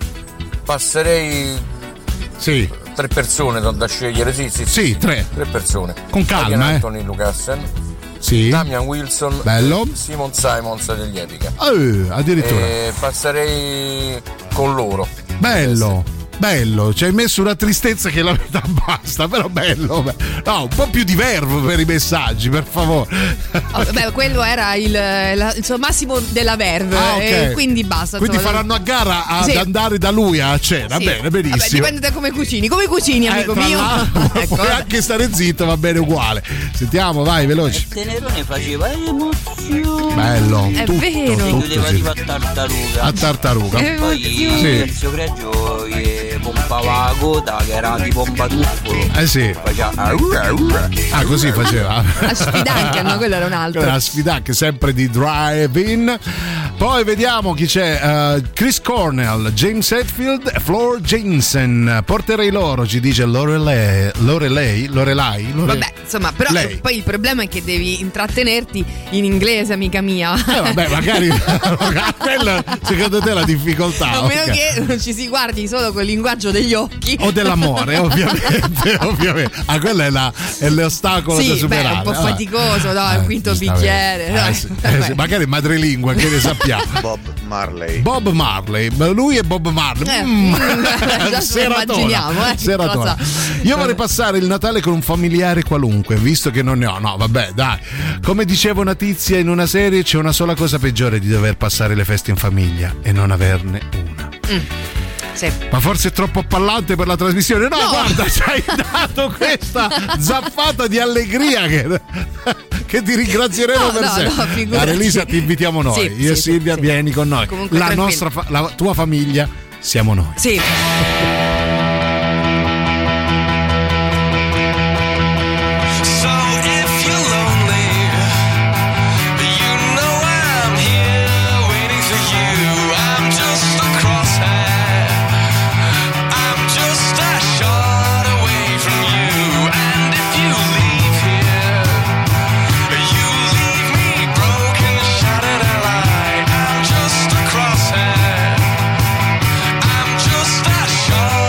passerei sì 3 persone da scegliere. Sì, 3 persone con calma. Anthony Lucassen, sì, Damian Wilson, bello, Simon Simons degli Epica. Addirittura passerei con loro. Bello, ci hai messo una tristezza che la metà basta, però bello. No, un po' più di verbo per i messaggi, per favore. Quello era il suo massimo della verve, okay. Quindi basta. Quindi faranno a gara ad andare da lui a cena, bene, benissimo. Vabbè, dipende da come cucini, amico mio. Ecco, puoi anche stare zitto, va bene uguale. Sentiamo, vai, veloci. Il Tenerone faceva emozione. Bello, è tutto, vero. Tutto, chiudeva tipo a tartaruga. E poi Ezio Greggio pompava la coda che era tipo un batuffolo. Sì. Faceva così faceva. A Sfidanche, no, quello era un altro. Quella Sfidanche, sempre di Drive-In. Poi vediamo chi c'è. Chris Cornell, James Hetfield e Floor Jensen. Porterei loro, ci dice Lorelai. Vabbè, insomma, però poi il problema è che devi intrattenerti in inglese, amica mia. Vabbè, magari quella secondo te è la difficoltà. A meno che non ci si guardi solo col linguaggio degli occhi o dell'amore, ovviamente. Quello è l'ostacolo da superare. È un po' faticoso, no? Il quinto bicchiere. Sì, magari madrelingua, che ne sappiamo. Bob Marley, lui è Bob Marley. Già Seratona. Io vorrei passare il Natale con un familiare qualunque, visto che non ne ho. No, vabbè, dai. Come diceva una tizia in una serie, c'è una sola cosa peggiore di dover passare le feste in famiglia e non averne una. Sì. Ma forse è troppo appallante per la trasmissione. No, guarda, ci hai dato questa zappata di allegria che ti ringrazieremo per sempre. Arelisa, ti invitiamo noi. Io e Silvia, vieni con noi. Comunque, la tua famiglia siamo noi. Sì. I'm just a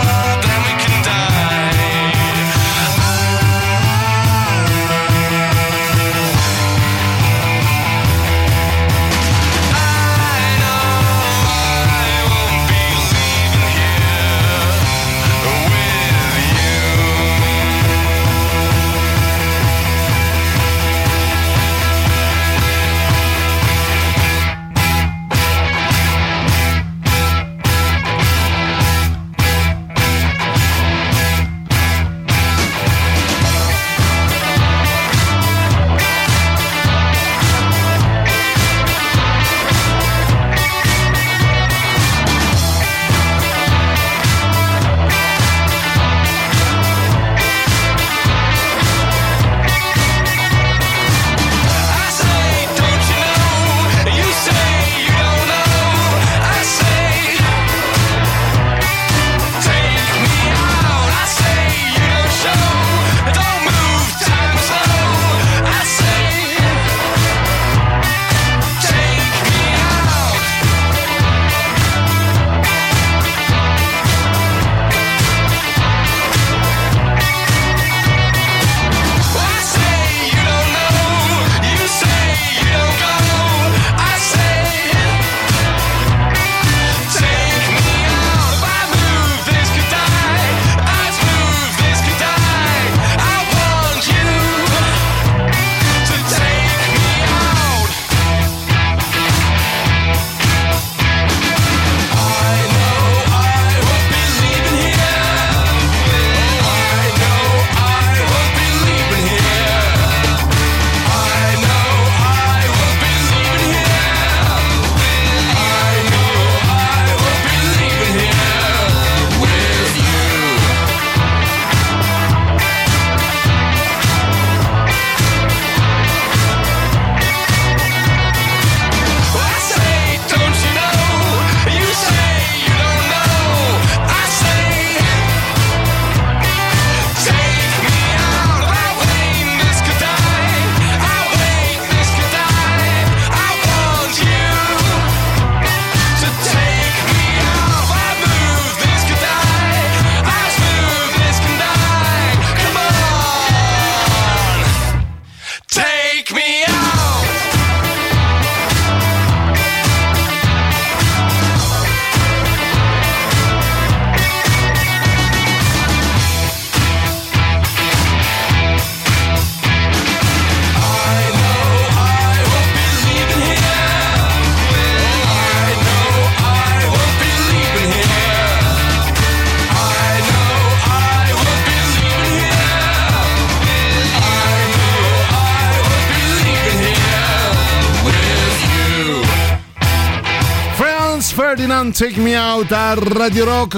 Ferdinand, Take Me Out a Radio Rock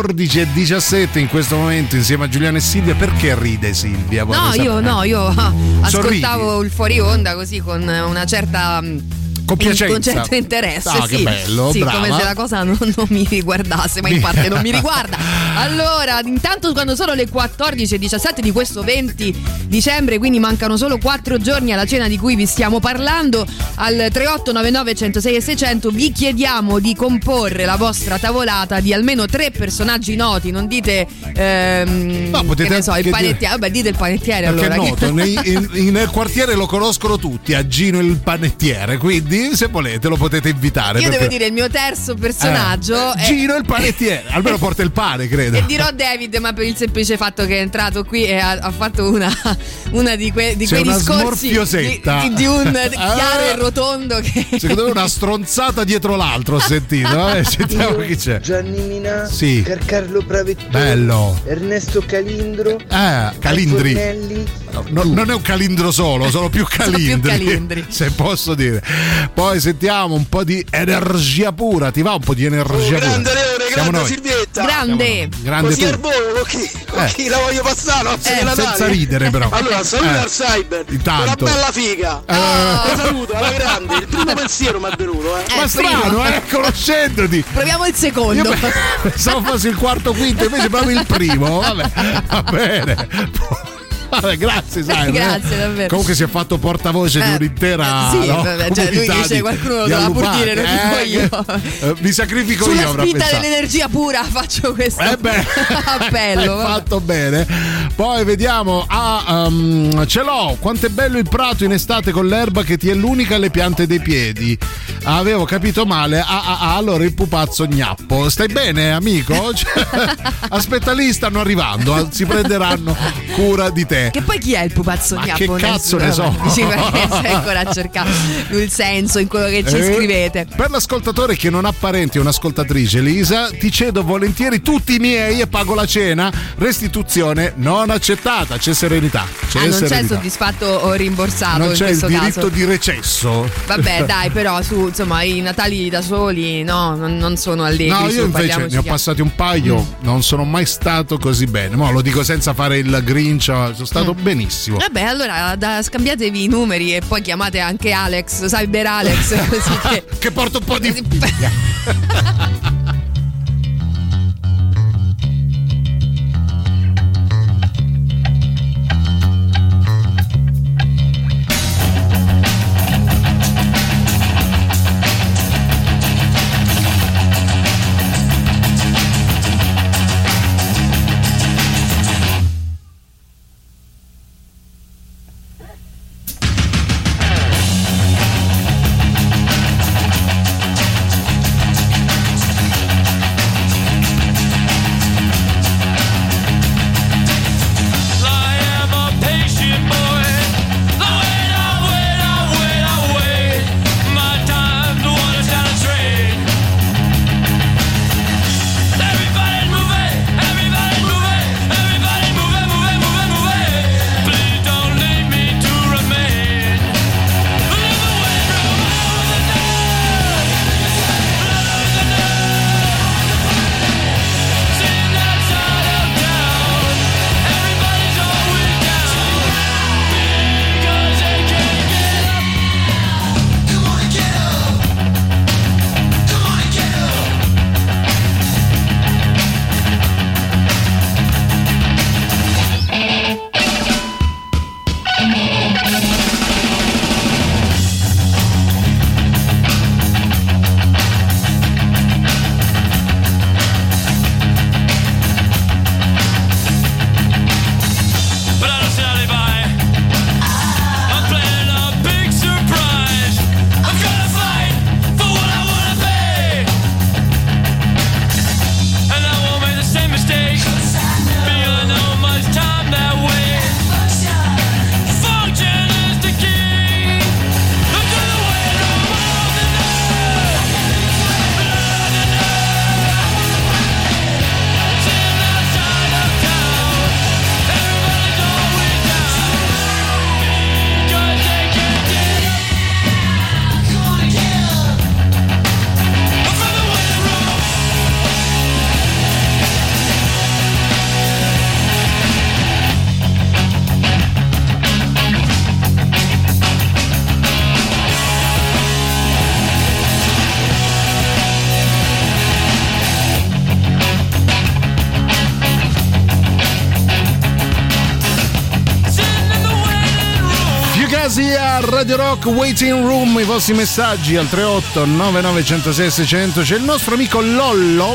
14:17 in questo momento insieme a Giuliano e Silvia. Perché ride Silvia? Io ascoltavo il fuori onda così con una certa compiacenza, un certo interesse. Che bello, sì, brava. come se la cosa non mi riguardasse, ma in parte non mi riguarda. Allora, intanto quando sono le 14:17 di questo 20 dicembre, quindi mancano solo 4 giorni alla cena di cui vi stiamo parlando, al 3899 106 e 600 vi chiediamo di comporre la vostra tavolata di almeno 3 personaggi noti. Non dite no, potete, che ne so, il panettiere. Vabbè, dite il panettiere. Perché allora, è noto, nel quartiere lo conoscono tutti, a Gino il panettiere, quindi se volete lo potete invitare. Io devo dire il mio terzo personaggio è Gino il panettiere, almeno porta il pane, credo. E dirò David, ma per il semplice fatto che è entrato qui e ha fatto una di quei discorsi di un chiaro e rotondo che secondo me una stronzata dietro l'altro ho sentito. Vabbè, sentiamo chi c'è. Gianni Minà, sì. Carlo Bravettoni, bello. Ernesto Calindro, Calindri. Non è un calindro solo, sono più calindri, se posso dire. Poi sentiamo un po' di energia pura. Ti va un po' di energia pura? Grande Leone, siamo grande noi. Silvietta. Grande così tu. al volo, con chi la voglio passare? Senza ridere però. Allora, saluta al Cyber. Intanto. Una bella figa. La saluto, alla grande. Il primo pensiero mi è venuto. Ma strano, conoscendoti. Proviamo il secondo. Pensavo fosse il quarto, quinto, invece proprio il primo. Vabbè, va bene. Vabbè, grazie, sai. Grazie, davvero. Comunque si è fatto portavoce di un'intera. Sì, no, cioè lui dice qualcuno lo doveva pur dire, lo dico io. Mi sacrifico sulla io. Sulla spinta dell'energia pura faccio questo appello. Hai fatto bene. Poi vediamo. Ce l'ho. Quanto è bello il prato in estate con l'erba che ti è l'unica alle piante dei piedi. Avevo capito male. Allora il pupazzo gnappo. Stai bene, amico? Aspetta, lì stanno arrivando. Si prenderanno cura di te. Che poi chi è il pupazzo ma gnappo? Che cazzo ne so? Dici perché sei ancora a cercare il senso in quello che ci scrivete. Per l'ascoltatore che non ha parenti o un'ascoltatrice, Lisa, ti cedo volentieri tutti i miei e pago la cena. Restituzione non accettata. C'è serenità. Non c'è soddisfatto o rimborsato. Non in c'è il diritto caso di recesso. Vabbè, dai, però insomma i Natali da soli non sono allegri. No, io invece ne ho passati un paio. Non sono mai stato così bene. Mo lo dico senza fare il Grinch. Sono stato benissimo. Vabbè, allora scambiatevi i numeri e poi chiamate anche Alex, Cyber Alex, così che porta un po' di Casi a Radio Rock Waiting Room, i vostri messaggi al 38 99 106 600. C'è il nostro amico Lollo,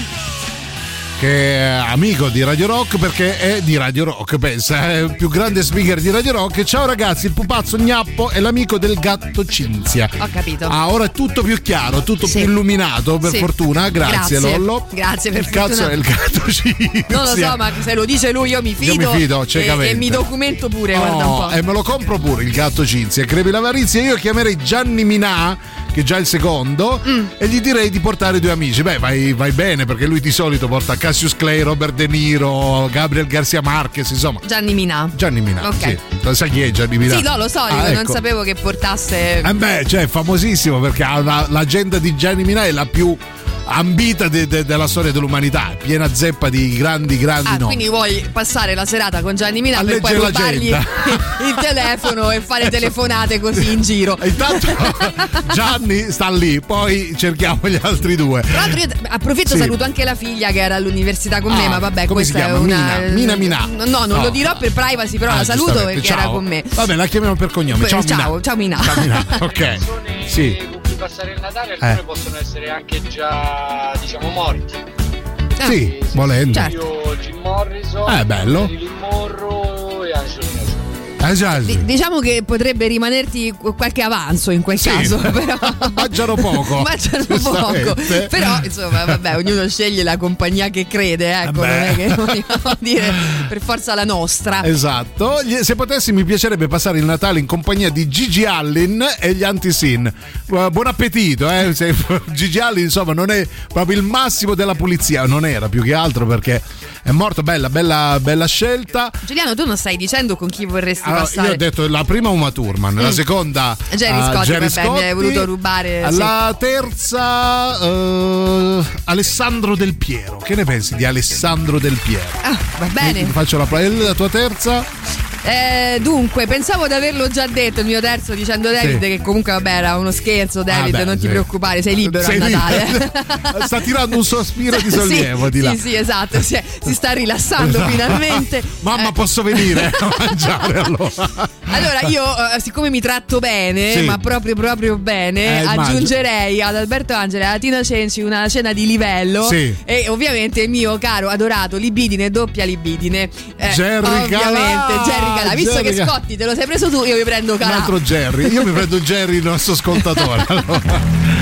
che è amico di Radio Rock perché è di Radio Rock, pensa, è il più grande speaker di Radio Rock. Ciao ragazzi, il pupazzo Gnappo è l'amico del gatto Cinzia. Ho capito. Ora è tutto più chiaro, tutto Sì. più illuminato, per Sì. fortuna. Grazie Lollo. Grazie per Il cazzo fortuna. è il gatto Cinzia. Non lo so, ma se lo dice lui io mi fido. Io mi fido ciecamente. E mi documento pure, guarda un po'. E me lo compro pure il gatto Cinzia. Crepi l'avarizia. Io chiamerei Gianni Minà, che è già il secondo, e gli direi di portare due amici. Beh, vai bene, perché lui di solito porta Cassius Clay, Robert De Niro, Gabriel Garcia Marquez, insomma. Gianni Minà. Ok. Sì. Lo sai chi è Gianni Minà? Sì, no, lo so, non ecco. sapevo che portasse. Cioè, è famosissimo perché l'agenda di Gianni Minà è la più ambita della storia dell'umanità, è piena zeppa di grandi nomi. Quindi vuoi passare la serata con Gianni Minà A per poi leggere rubargli il telefono e fare telefonate così in giro. Intanto Gianni sta lì, poi cerchiamo gli altri due. Tra l'altro io approfitto, Sì. saluto anche la figlia che era all'università con me, ma vabbè, come si questa è chiama? una Mina Minà. No, non lo dirò per privacy, però la saluto giustamente. perché Ciao. era con me. Vabbè, la chiamiamo per cognome. Ciao Minà. Ciao Minà. Ciao Minà. Ok. Sì. Con cui passare il Natale, alcune possono essere anche già, diciamo, morti. Sì, volendo. Io Jim Morrison, bello. Marilyn Monroe e Angelina Jolie. Diciamo che potrebbe rimanerti qualche avanzo in quel Sì. caso, però Mangiano poco. Mangiano poco. Giustamente. Però insomma, vabbè, ognuno sceglie la compagnia che crede, ecco, non è che vogliamo dire per forza la nostra. Esatto. Se potessi mi piacerebbe passare il Natale in compagnia di Gigi Allin e gli Anti-Sin. Buon appetito, Gigi Allin, insomma, non è proprio il massimo della pulizia, non era, più che altro perché è morto. Bella scelta. Giuliano, tu non stai dicendo con chi vorresti passare? Io ho detto la prima Uma Thurman, la seconda Jerry Scotti, vabbè, mi hai voluto rubare. La terza Alessandro Del Piero. Che ne pensi di Alessandro Del Piero? Va bene. Faccio la tua terza? Dunque, pensavo di averlo già detto il mio terzo, dicendo David, che comunque vabbè era uno scherzo. David, non ti preoccupare, sei libero a Natale. Sta tirando un sospiro di sollievo di là. Sì, esatto, si sta rilassando finalmente. Mamma, posso venire a mangiare allora? Allora io, siccome mi tratto bene, ma proprio bene, aggiungerei ad Alberto Angela e a Tina Cenci una cena di livello, e ovviamente il mio caro adorato Libidine, doppia Libidine, Jerry ovviamente Jerry Calà. Visto Jerry che Scotti te lo sei preso tu, io mi prendo Calà. Un altro Jerry. Io mi prendo Jerry, il nostro ascoltatore. Allora.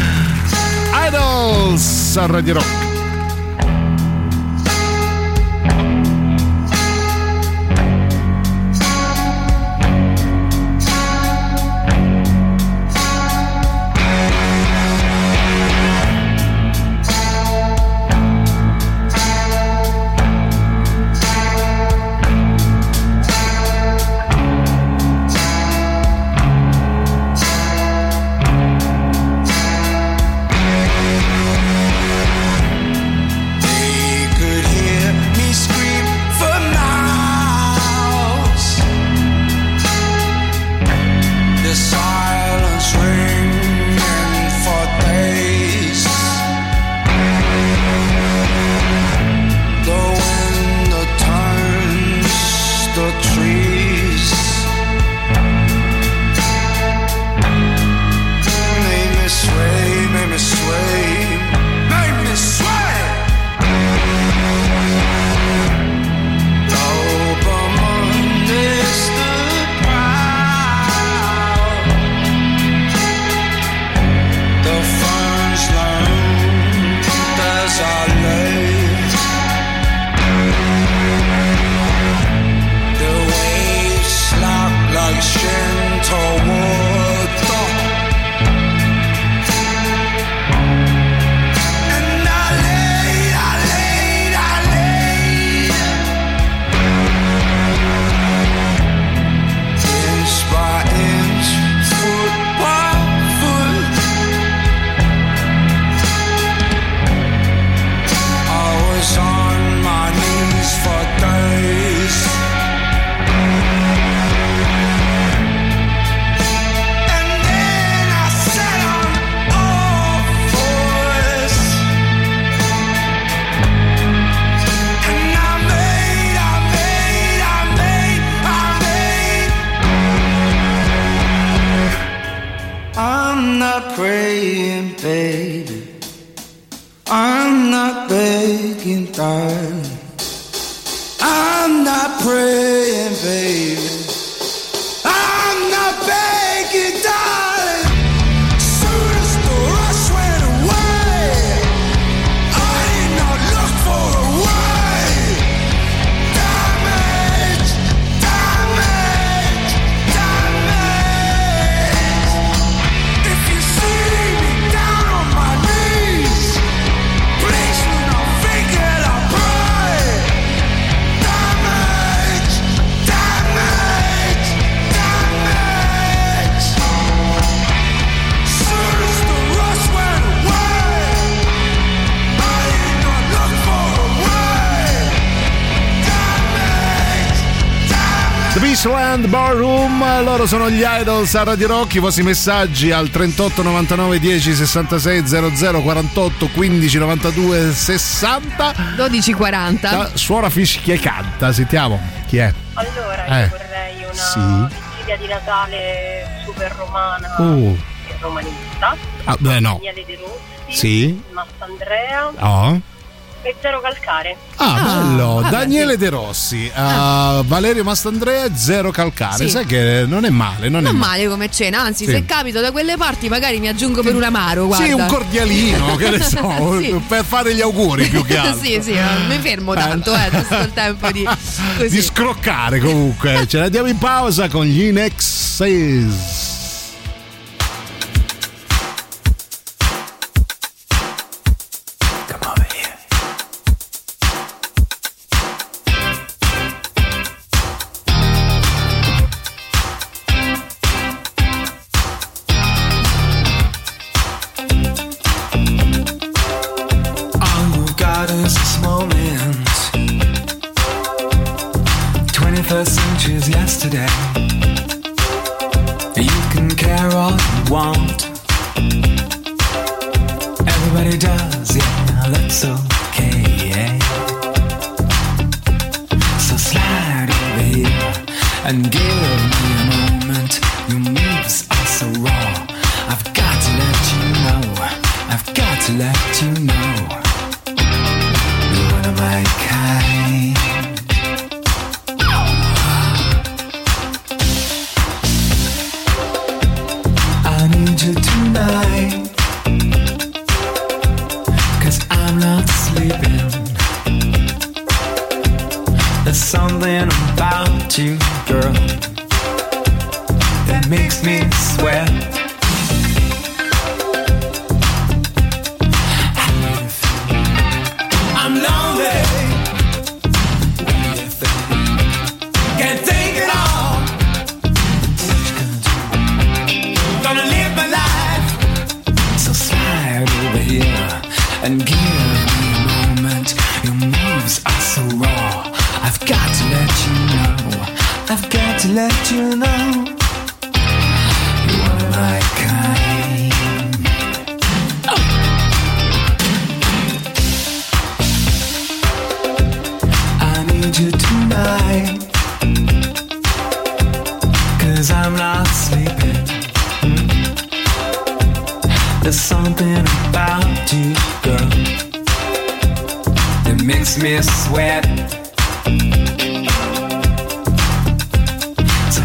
Idols a Radio Rock. The Beastland Ballroom, loro sono gli Idols a Radio Rock. I vostri messaggi al 38 99 10 66 00 48 15 92 60 12 40. Suora fischia e canta, sentiamo chi è. Allora io vorrei una vigilia di Natale super romana e romanista. No. Daniele De Rossi, Sì. Massandrea e Zero Calcare. Bello. vabbè, Daniele De Rossi, Valerio Mastandrea, Zero Calcare. Sì. Sai che non è male, non è male come cena, anzi, Sì. se capito da quelle parti magari mi aggiungo per un amaro, guarda. Sì, un cordialino, che ne so, Sì. per fare gli auguri più che altro. sì, mi fermo tanto, giusto il tempo di così. Di scroccare comunque. Ce la diamo in pausa con gli Inexes. Centuries yesterday. You can care all you want. Everybody does, yeah, that's okay. So slide over here and give me a moment. Your moves are so raw. I've got to let you know. I've got to let you know. You're one of my kind. I need you tonight, 'cause I'm not sleeping. There's something about you, girl, that makes me sweat. I'm lonely. What do you think? Can't think at all. Gonna live my life. So slide over here and give me a moment. Your moves are so raw. I've got to let you know. I've got to let you know. You're one of my kind. I need you tonight, 'cause I'm not sleeping. There's something about you, girl, that makes me sweat. So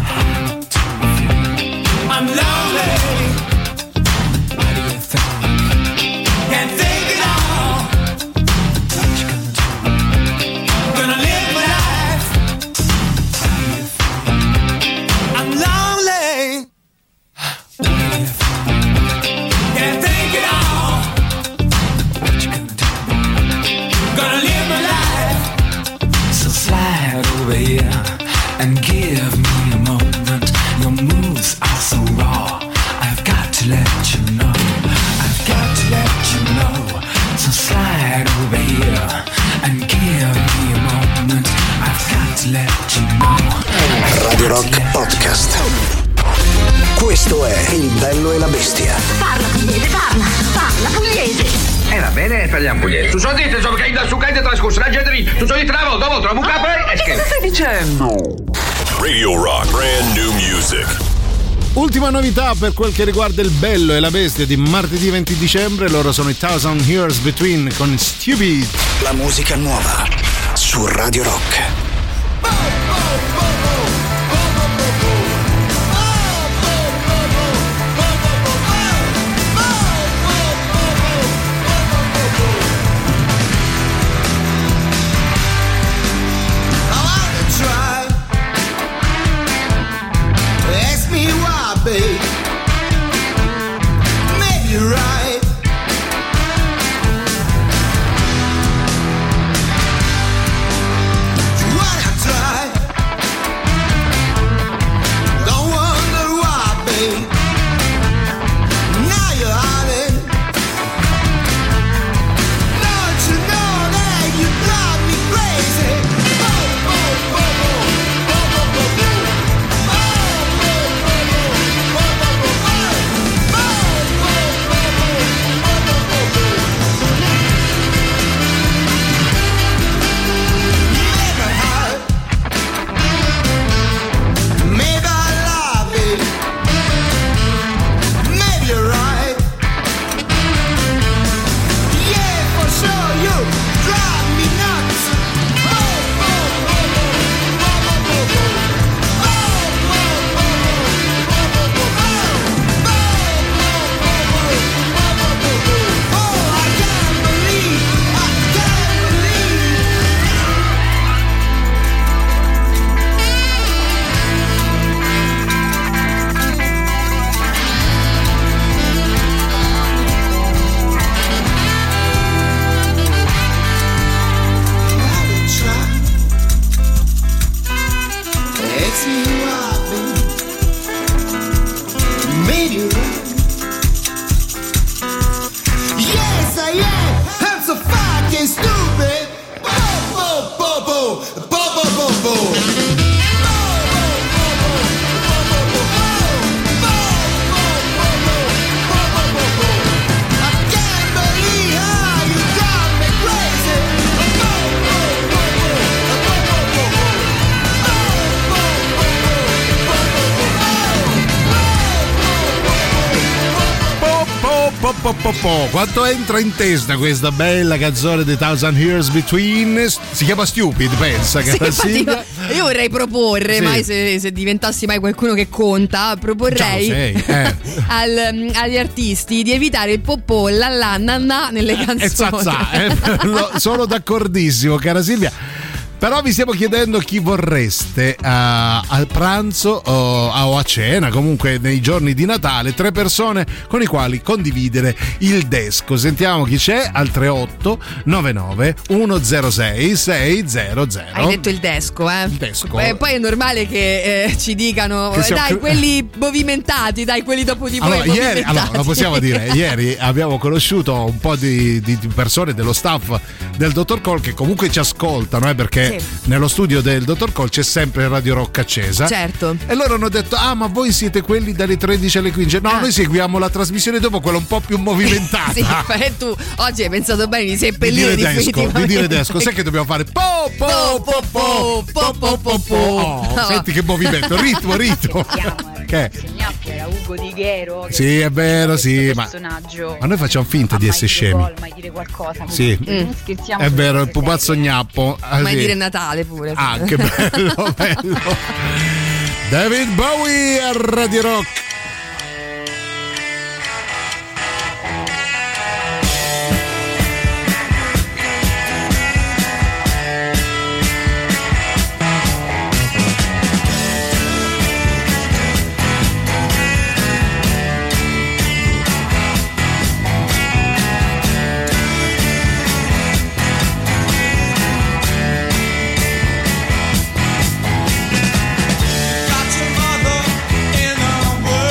I'm lonely. What do you think? Can't think at all. What you gonna do? Gonna live my life. What do you think? I'm lonely. What do you think? Can't think at all. What you gonna do? Gonna live my life. So slide over here and give me a moment. Your moves are so raw. I've got to let you know. I've got to let you know. So slide over here and give me a moment. I've got to let you know. Radio Rock Podcast. Questo è Il Bello e la Bestia. Parla pugliese, parla pugliese. Va bene, parliamo pugliese. Tu so dite, insomma, che da su che trascorso la gente lì. Tu so dite una volta, trovo un capo e Che cosa stai dicendo? Radio Rock, brand new music. Ultima novità per quel che riguarda Il Bello e la Bestia di martedì 20 dicembre. Loro sono i Thousand Years Between con Stupid. La musica nuova su Radio Rock. Ask me why, babe. Maybe you're right. You makes me happy. Made you right. Yes, I am. I'm so fucking stupid. Bo, bo, bo, bo, bo, bo, bo, bo. Quanto entra in testa questa bella canzone The Thousand Years Between? Si chiama Stupid, pensa che io vorrei proporre, sì. mai se diventassi mai qualcuno che conta, proporrei agli artisti di evitare il popò, la la, na na nelle canzoni. E zazza, sono d'accordissimo, cara Silvia. Però vi stiamo chiedendo chi vorreste al pranzo o a cena, comunque nei giorni di Natale, 3 persone con i quali condividere il desco. Sentiamo chi c'è al 38 99 106 600. Hai detto il desco, eh? Il desco. Poi è normale che ci dicano che dai quelli movimentati, dai quelli dopo di voi. Allora, lo possiamo dire, ieri abbiamo conosciuto un po' di persone dello staff del Dottor Cole che comunque ci ascoltano, perché nello studio del Dottor Cole c'è sempre Radio Rock accesa. Certo. E loro hanno detto: ah, ma voi siete quelli dalle 13 alle 15. No, noi seguiamo la trasmissione dopo, quella un po' più movimentata. Sì, tu oggi hai pensato bene di seppellire di dire desco. Sai che dobbiamo fare po po po po po po po po. Senti che movimento, ritmo. Che? Era Ugo Di Ghero. Sì, è vero, sì, ma noi facciamo finta di essere scemi. Mai dire qualcosa. Sì, non scherziamo. è vero, il pupazzo gnappo. Mai sì. dire Natale pure. Ah, che bello. David Bowie a Radio Rock. Got your mother in a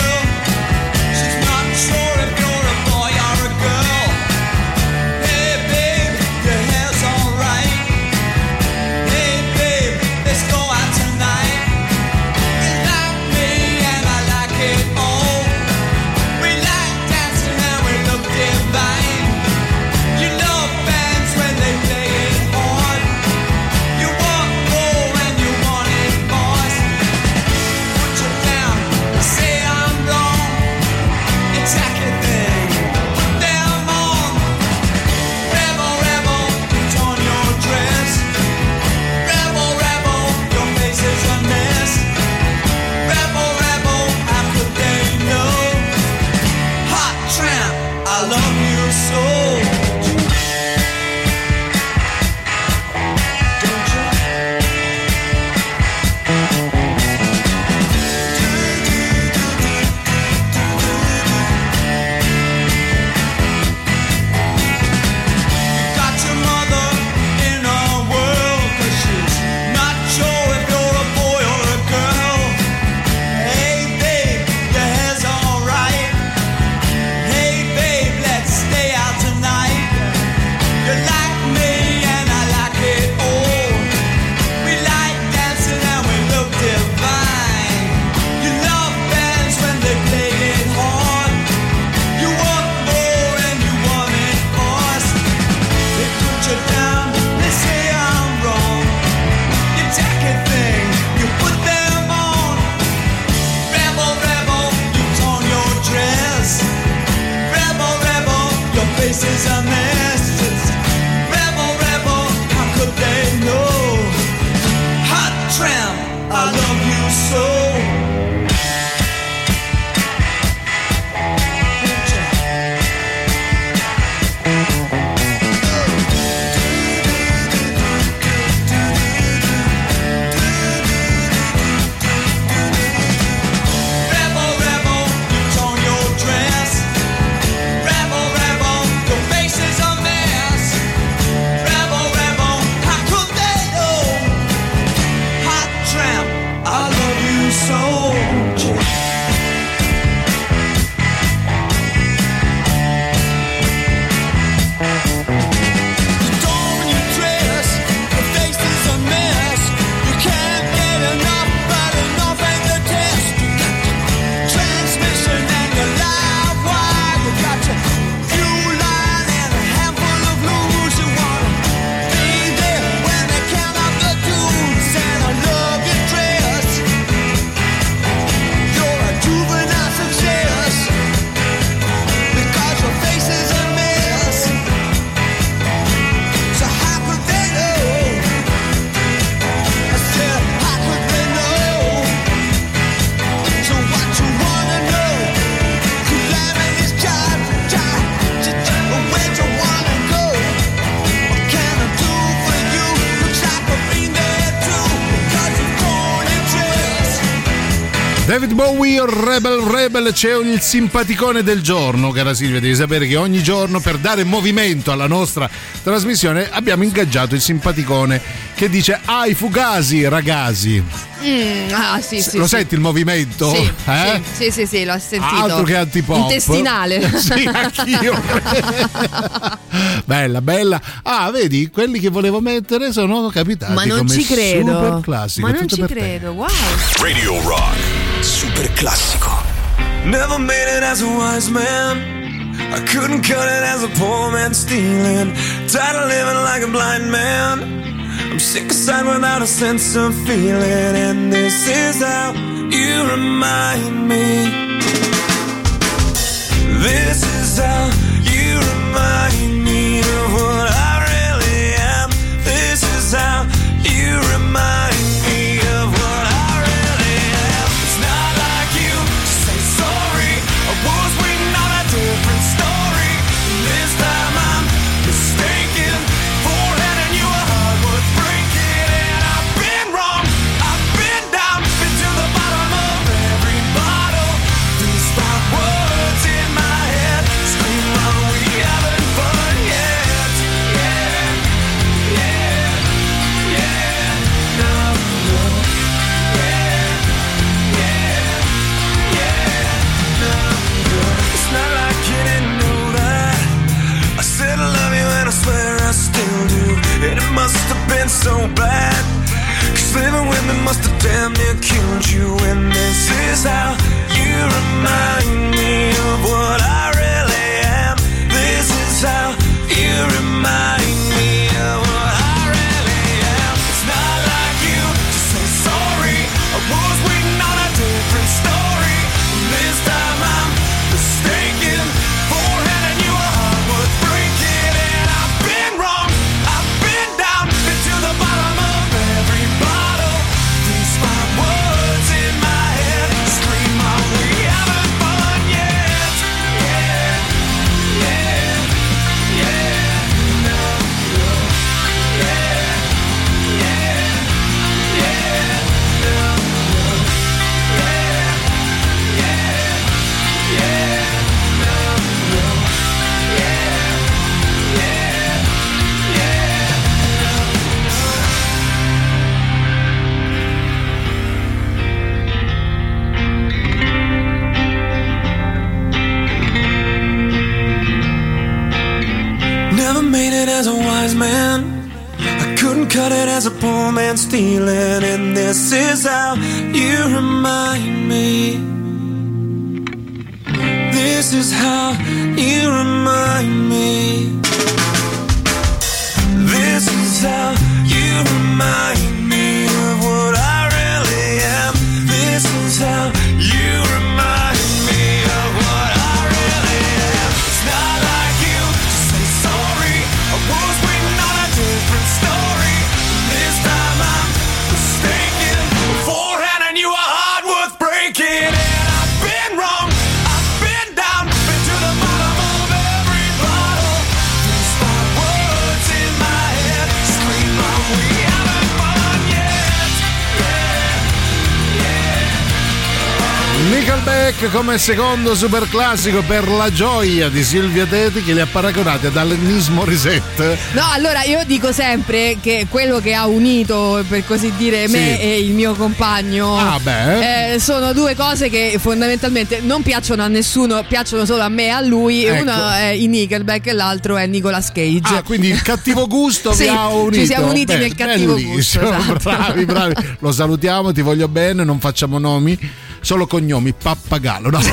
soldier. David Bowie, Rebel, c'è il simpaticone del giorno, cara Silvia. Devi sapere che ogni giorno, per dare movimento alla nostra trasmissione, abbiamo ingaggiato il simpaticone che dice ai fugasi ragazzi. Sì. Lo senti il movimento? Sì, l'ho sentito. Altro che antipop. Intestinale. Sì, anch'io. Bella. Ah, vedi, quelli che volevo mettere sono capitati. Ma non come ci credo. Super classico. Ma non tutto ci per credo, wow. Radio Rock. Super classico. Never made it as a wise man. I couldn't cut it as a poor man stealing. Tired of living like a blind man. I'm sick aside without a sense of feeling. And this is how you remind me. This is how you remind me of what I really am. This is how you remind me of what I really am. It's not like you to say sorry. I was waiting on a different story. This time I'm mistaken for handing you a heart worth breaking. And I've been wrong, I've been down, been to the bottom of every bottle. These five words in my head scream, are we having fun yet? It's not like you didn't know that I said I love you and I swear I still do. And it must have been so bad, 'cause living with me must have damn near killed you. And this is how you remind me of what I really am. This is how you remind me of what I really am. It's not like you to say sorry. I was waiting on a different story. This time I'm mistaken for handing you a heart worth breaking. And I've been wrong, I've been down, been to the bottom of every bottle. These five words in my head scream, are we having fun yet? Never made it as a wise man. I couldn't cut it as a poor man stealing. And this is how you remind me. This is how you remind me. This is how you remind me of what I really am. This is how you remind me of what I really am. It's not like you to say sorry. I was waiting on a different story. This time I'm mistaken for handing you a heart worth breaking. And I've been wrong, I've been down, been to the bottom of every bottle. These five words in my head scream, are we having fun? Nickelback come secondo super classico per la gioia di Silvia Teti, che li ha paragonati ad Alanis Morissette. No, allora io dico sempre che quello che ha unito, per così dire, me e il mio compagno sono due cose che fondamentalmente non piacciono a nessuno, piacciono solo a me e a lui. Ecco. Uno è i Nickelback e l'altro è Nicolas Cage. Quindi il cattivo gusto vi ha unito. Ci siamo uniti nel cattivo gusto. Esatto. Bravi. Lo salutiamo, ti voglio bene, non facciamo nomi, solo cognomi. Pappagallo, no?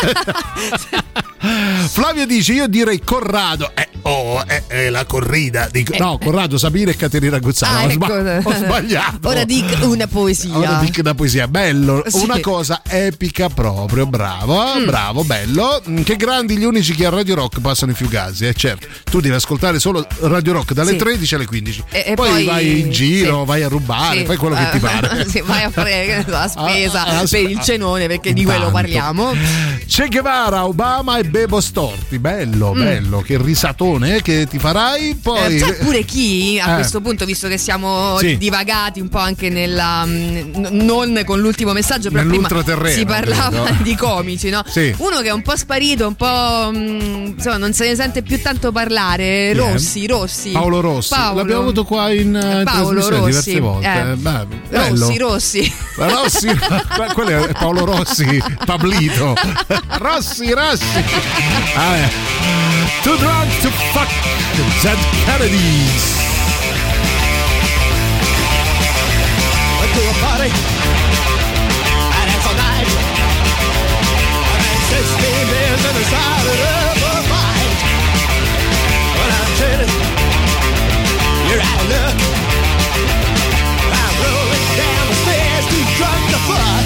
Flavio dice: io direi Corrado. È la corrida di... No, Corrado Sapire e Caterina Guzzano. Ho sbagliato. Ora dico una poesia. Bello, Sì. una cosa epica proprio. Bravo, bello. Che grandi gli unici che a Radio Rock passano i Fugazzi, certo. Tu devi ascoltare solo Radio Rock dalle 13 alle 15. E poi vai in giro, vai a rubare, fai quello che ti pare. Vai a fare la spesa per il cenone, perché di quello parliamo. Che Guevara, Obama e Bebo Storti. Bello, che risatone che ti farai. Poi c'è pure chi a questo punto, visto che siamo divagati un po' anche nella non con l'ultimo messaggio, però prima si parlava di comici, no? Sì. Uno che è un po' sparito, un po' insomma non se ne sente più tanto parlare. Rossi. Paolo Rossi. L'abbiamo avuto qua in trasmissione diverse volte. Rossi. Quello è Paolo Rossi, Pablito. Rossi. Too drunk to fuck Zed Kennedys. Went to a party and it's all night. And then 16 beers and decided to fight. When I'm kidding, you're out of luck. I'm rolling down the stairs, too drunk to fuck.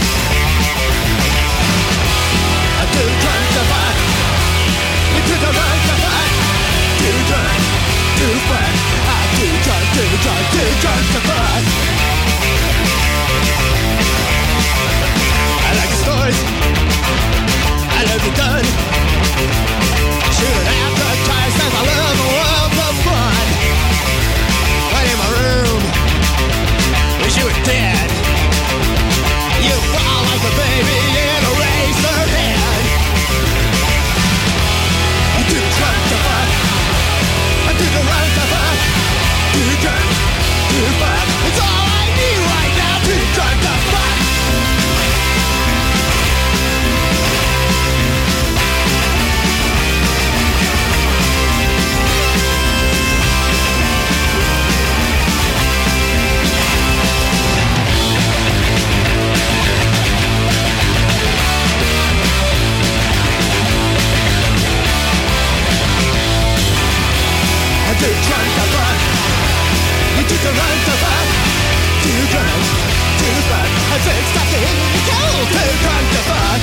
I'm too drunk to fuck. You're too drunk to fuck. Too drunk to fuck. I'm too drunk to fuck. I like the stories, I love the gun. Shooting advertised as I love the world of fun. Right in my room, wish you were dead. You fall like a baby in a razor head. I'm too drunk to fuck. I'm too drunk to fuck. Too drunk to fuck. It's all I need right now. Too drunk to fuck. I'm too drunk to fuck. You took a run to fuck. Too drunk to fuck. I said stop the hit and go. Too drunk to fuck.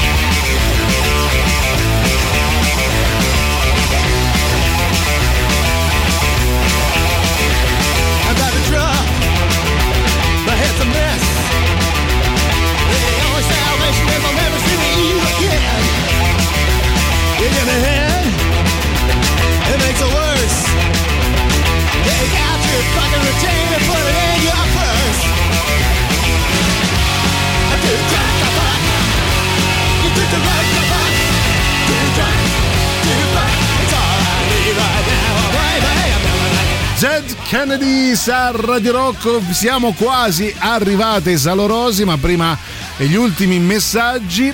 I'm about to drop. My head's a mess. The only salvation is I'll never see you again. You get ahead. It makes it worse. Take out your fucking routine and put it in your purse. I'm too drunk to fuck. You took the right to fuck. Too drunk to fuck. It's all I need right now, baby. Zed Kennedys a Radio Rock. Siamo quasi arrivati esalorosi, ma prima gli ultimi messaggi.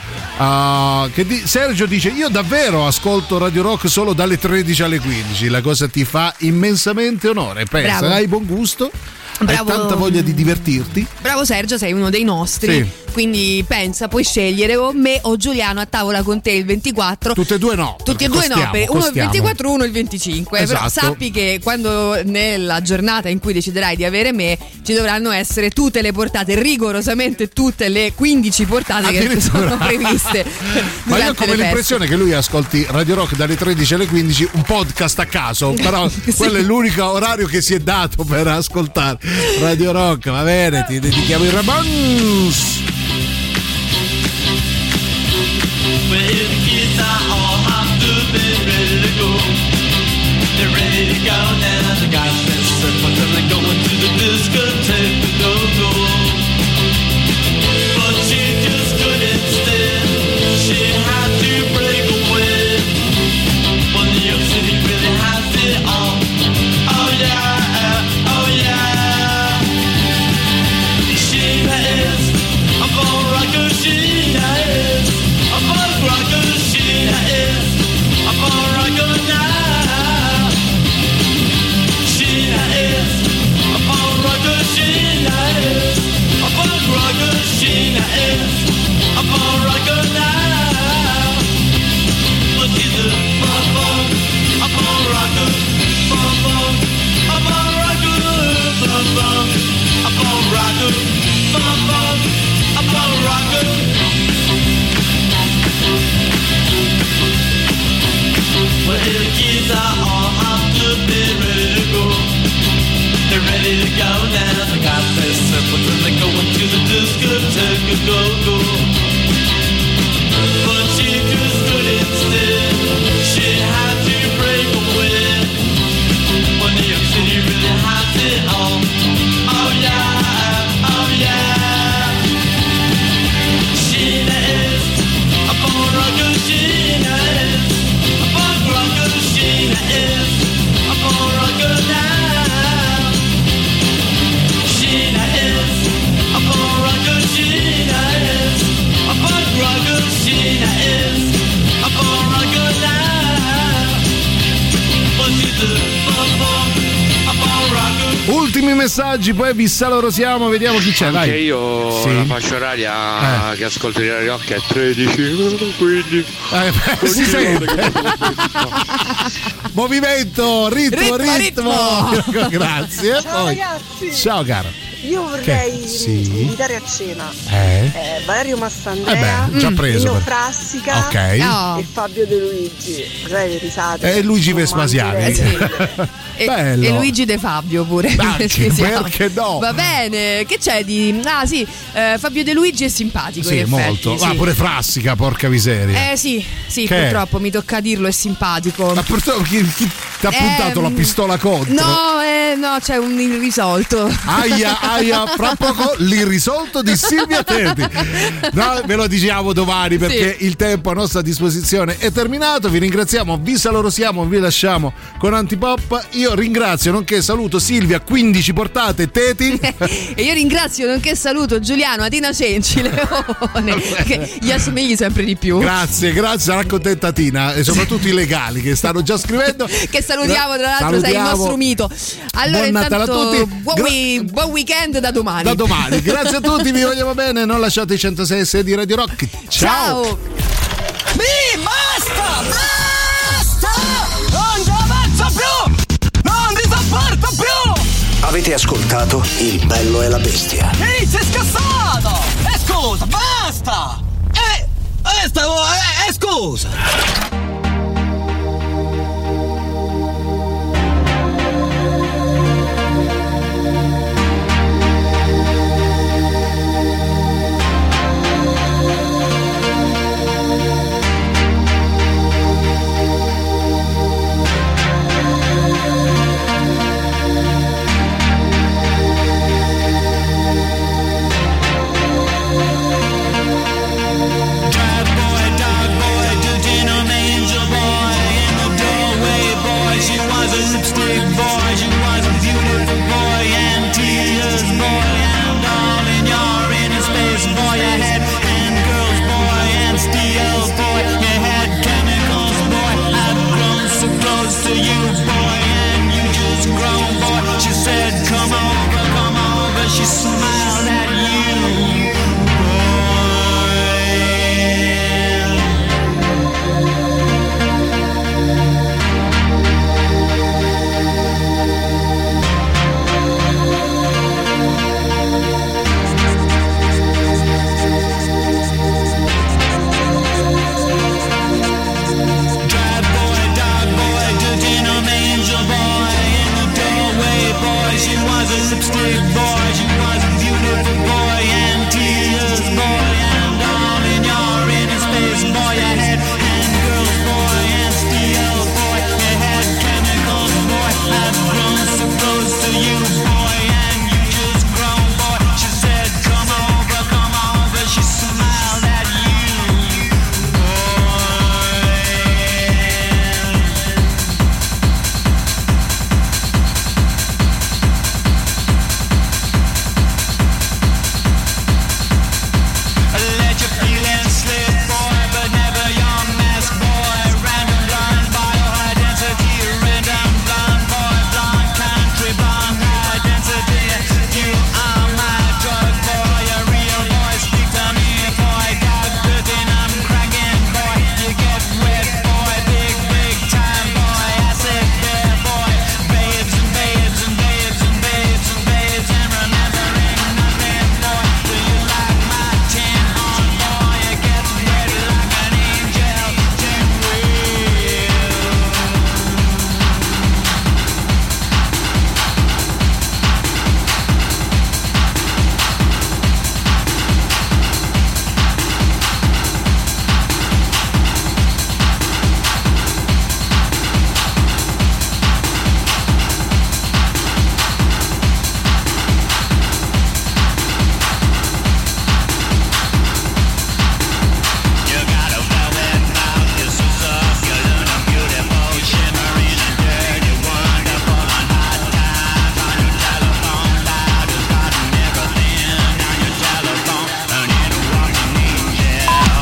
Sergio dice: io davvero ascolto Radio Rock solo dalle 13 alle 15. La cosa ti fa immensamente onore. Pensa, Bravo. hai buon gusto, Bravo. hai tanta voglia di divertirti. Bravo Sergio, sei uno dei nostri. Sì. Quindi pensa, puoi scegliere o me o Giuliano a tavola con te il 24. Tutte e due no. Tutti e due no, uno il 24 uno il 25. Esatto. Però sappi che quando nella giornata in cui deciderai di avere me ci dovranno essere tutte le portate, rigorosamente tutte le 15 portate che sono previste. Ma io ho come l'impressione che lui ascolti Radio Rock dalle 13 alle 15, un podcast a caso, però quello è l'unico orario che si è dato per ascoltare Radio Rock. Va bene, ti dedichiamo i Ramones. Well, the kids are all hopped up and ready to go. They're ready to go now. The guys been surfing till they're going to the discotheque to go. But she just couldn't stay. messaggi, poi vi salorosiamo, vediamo chi c'è. Anche vai. io Sì. la fascia oraria che ascolto di Radio Rock è 13, quindi si sente. Movimento, ritmo. Grazie. Ciao Poi. ragazzi. Ciao caro. Io vorrei Che? Sì. invitare a cena Valerio Mastandrea, già preso. Nino Frassica Ok. e Fabio De Luigi. Sai le risate. E Luigi Vespasiani. Bello. E Luigi De Fabio pure. Anche, perché no? Va bene, che c'è di. Ah sì, Fabio De Luigi è simpatico. Sì, in effetti, molto. sì. Ah, pure Frassica, porca miseria. Sì, Che? purtroppo mi tocca dirlo, è simpatico. Ma purtroppo chi ti ha puntato la pistola contro? No, c'è un irrisolto. Aia, fra poco l'irrisolto di Silvia Teti. No, ve lo diciamo domani perché il tempo a nostra disposizione è terminato. Vi ringraziamo, vi salorosiamo, vi lasciamo con Antipop. Io ringrazio, nonché saluto Silvia, 15 portate, Teti. E io ringrazio, nonché saluto Giuliano, Atina Cenci, Leone, che gli assomigli sempre di più. Grazie, sarà contenta Tina e soprattutto i legali che stanno già scrivendo. Che salutiamo, tra l'altro, sei il nostro mito. Allora, Buon Natale a tutti. Buon weekend da domani. Grazie a tutti, vi vogliamo bene. Non lasciate i 106 di Radio Rock. Ciao. Basta! Non ce la faccio più! Non ti sopporto più! Avete ascoltato Il Bello e la Bestia. Ehi, sei scassato! Scusa, basta! Scusa!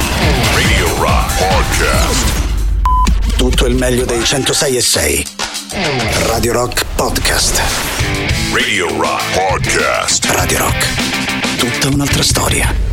Tutto il meglio dei 106 e 6. Radio Rock Podcast. Radio Rock Podcast. Radio Rock. Tutta un'altra storia.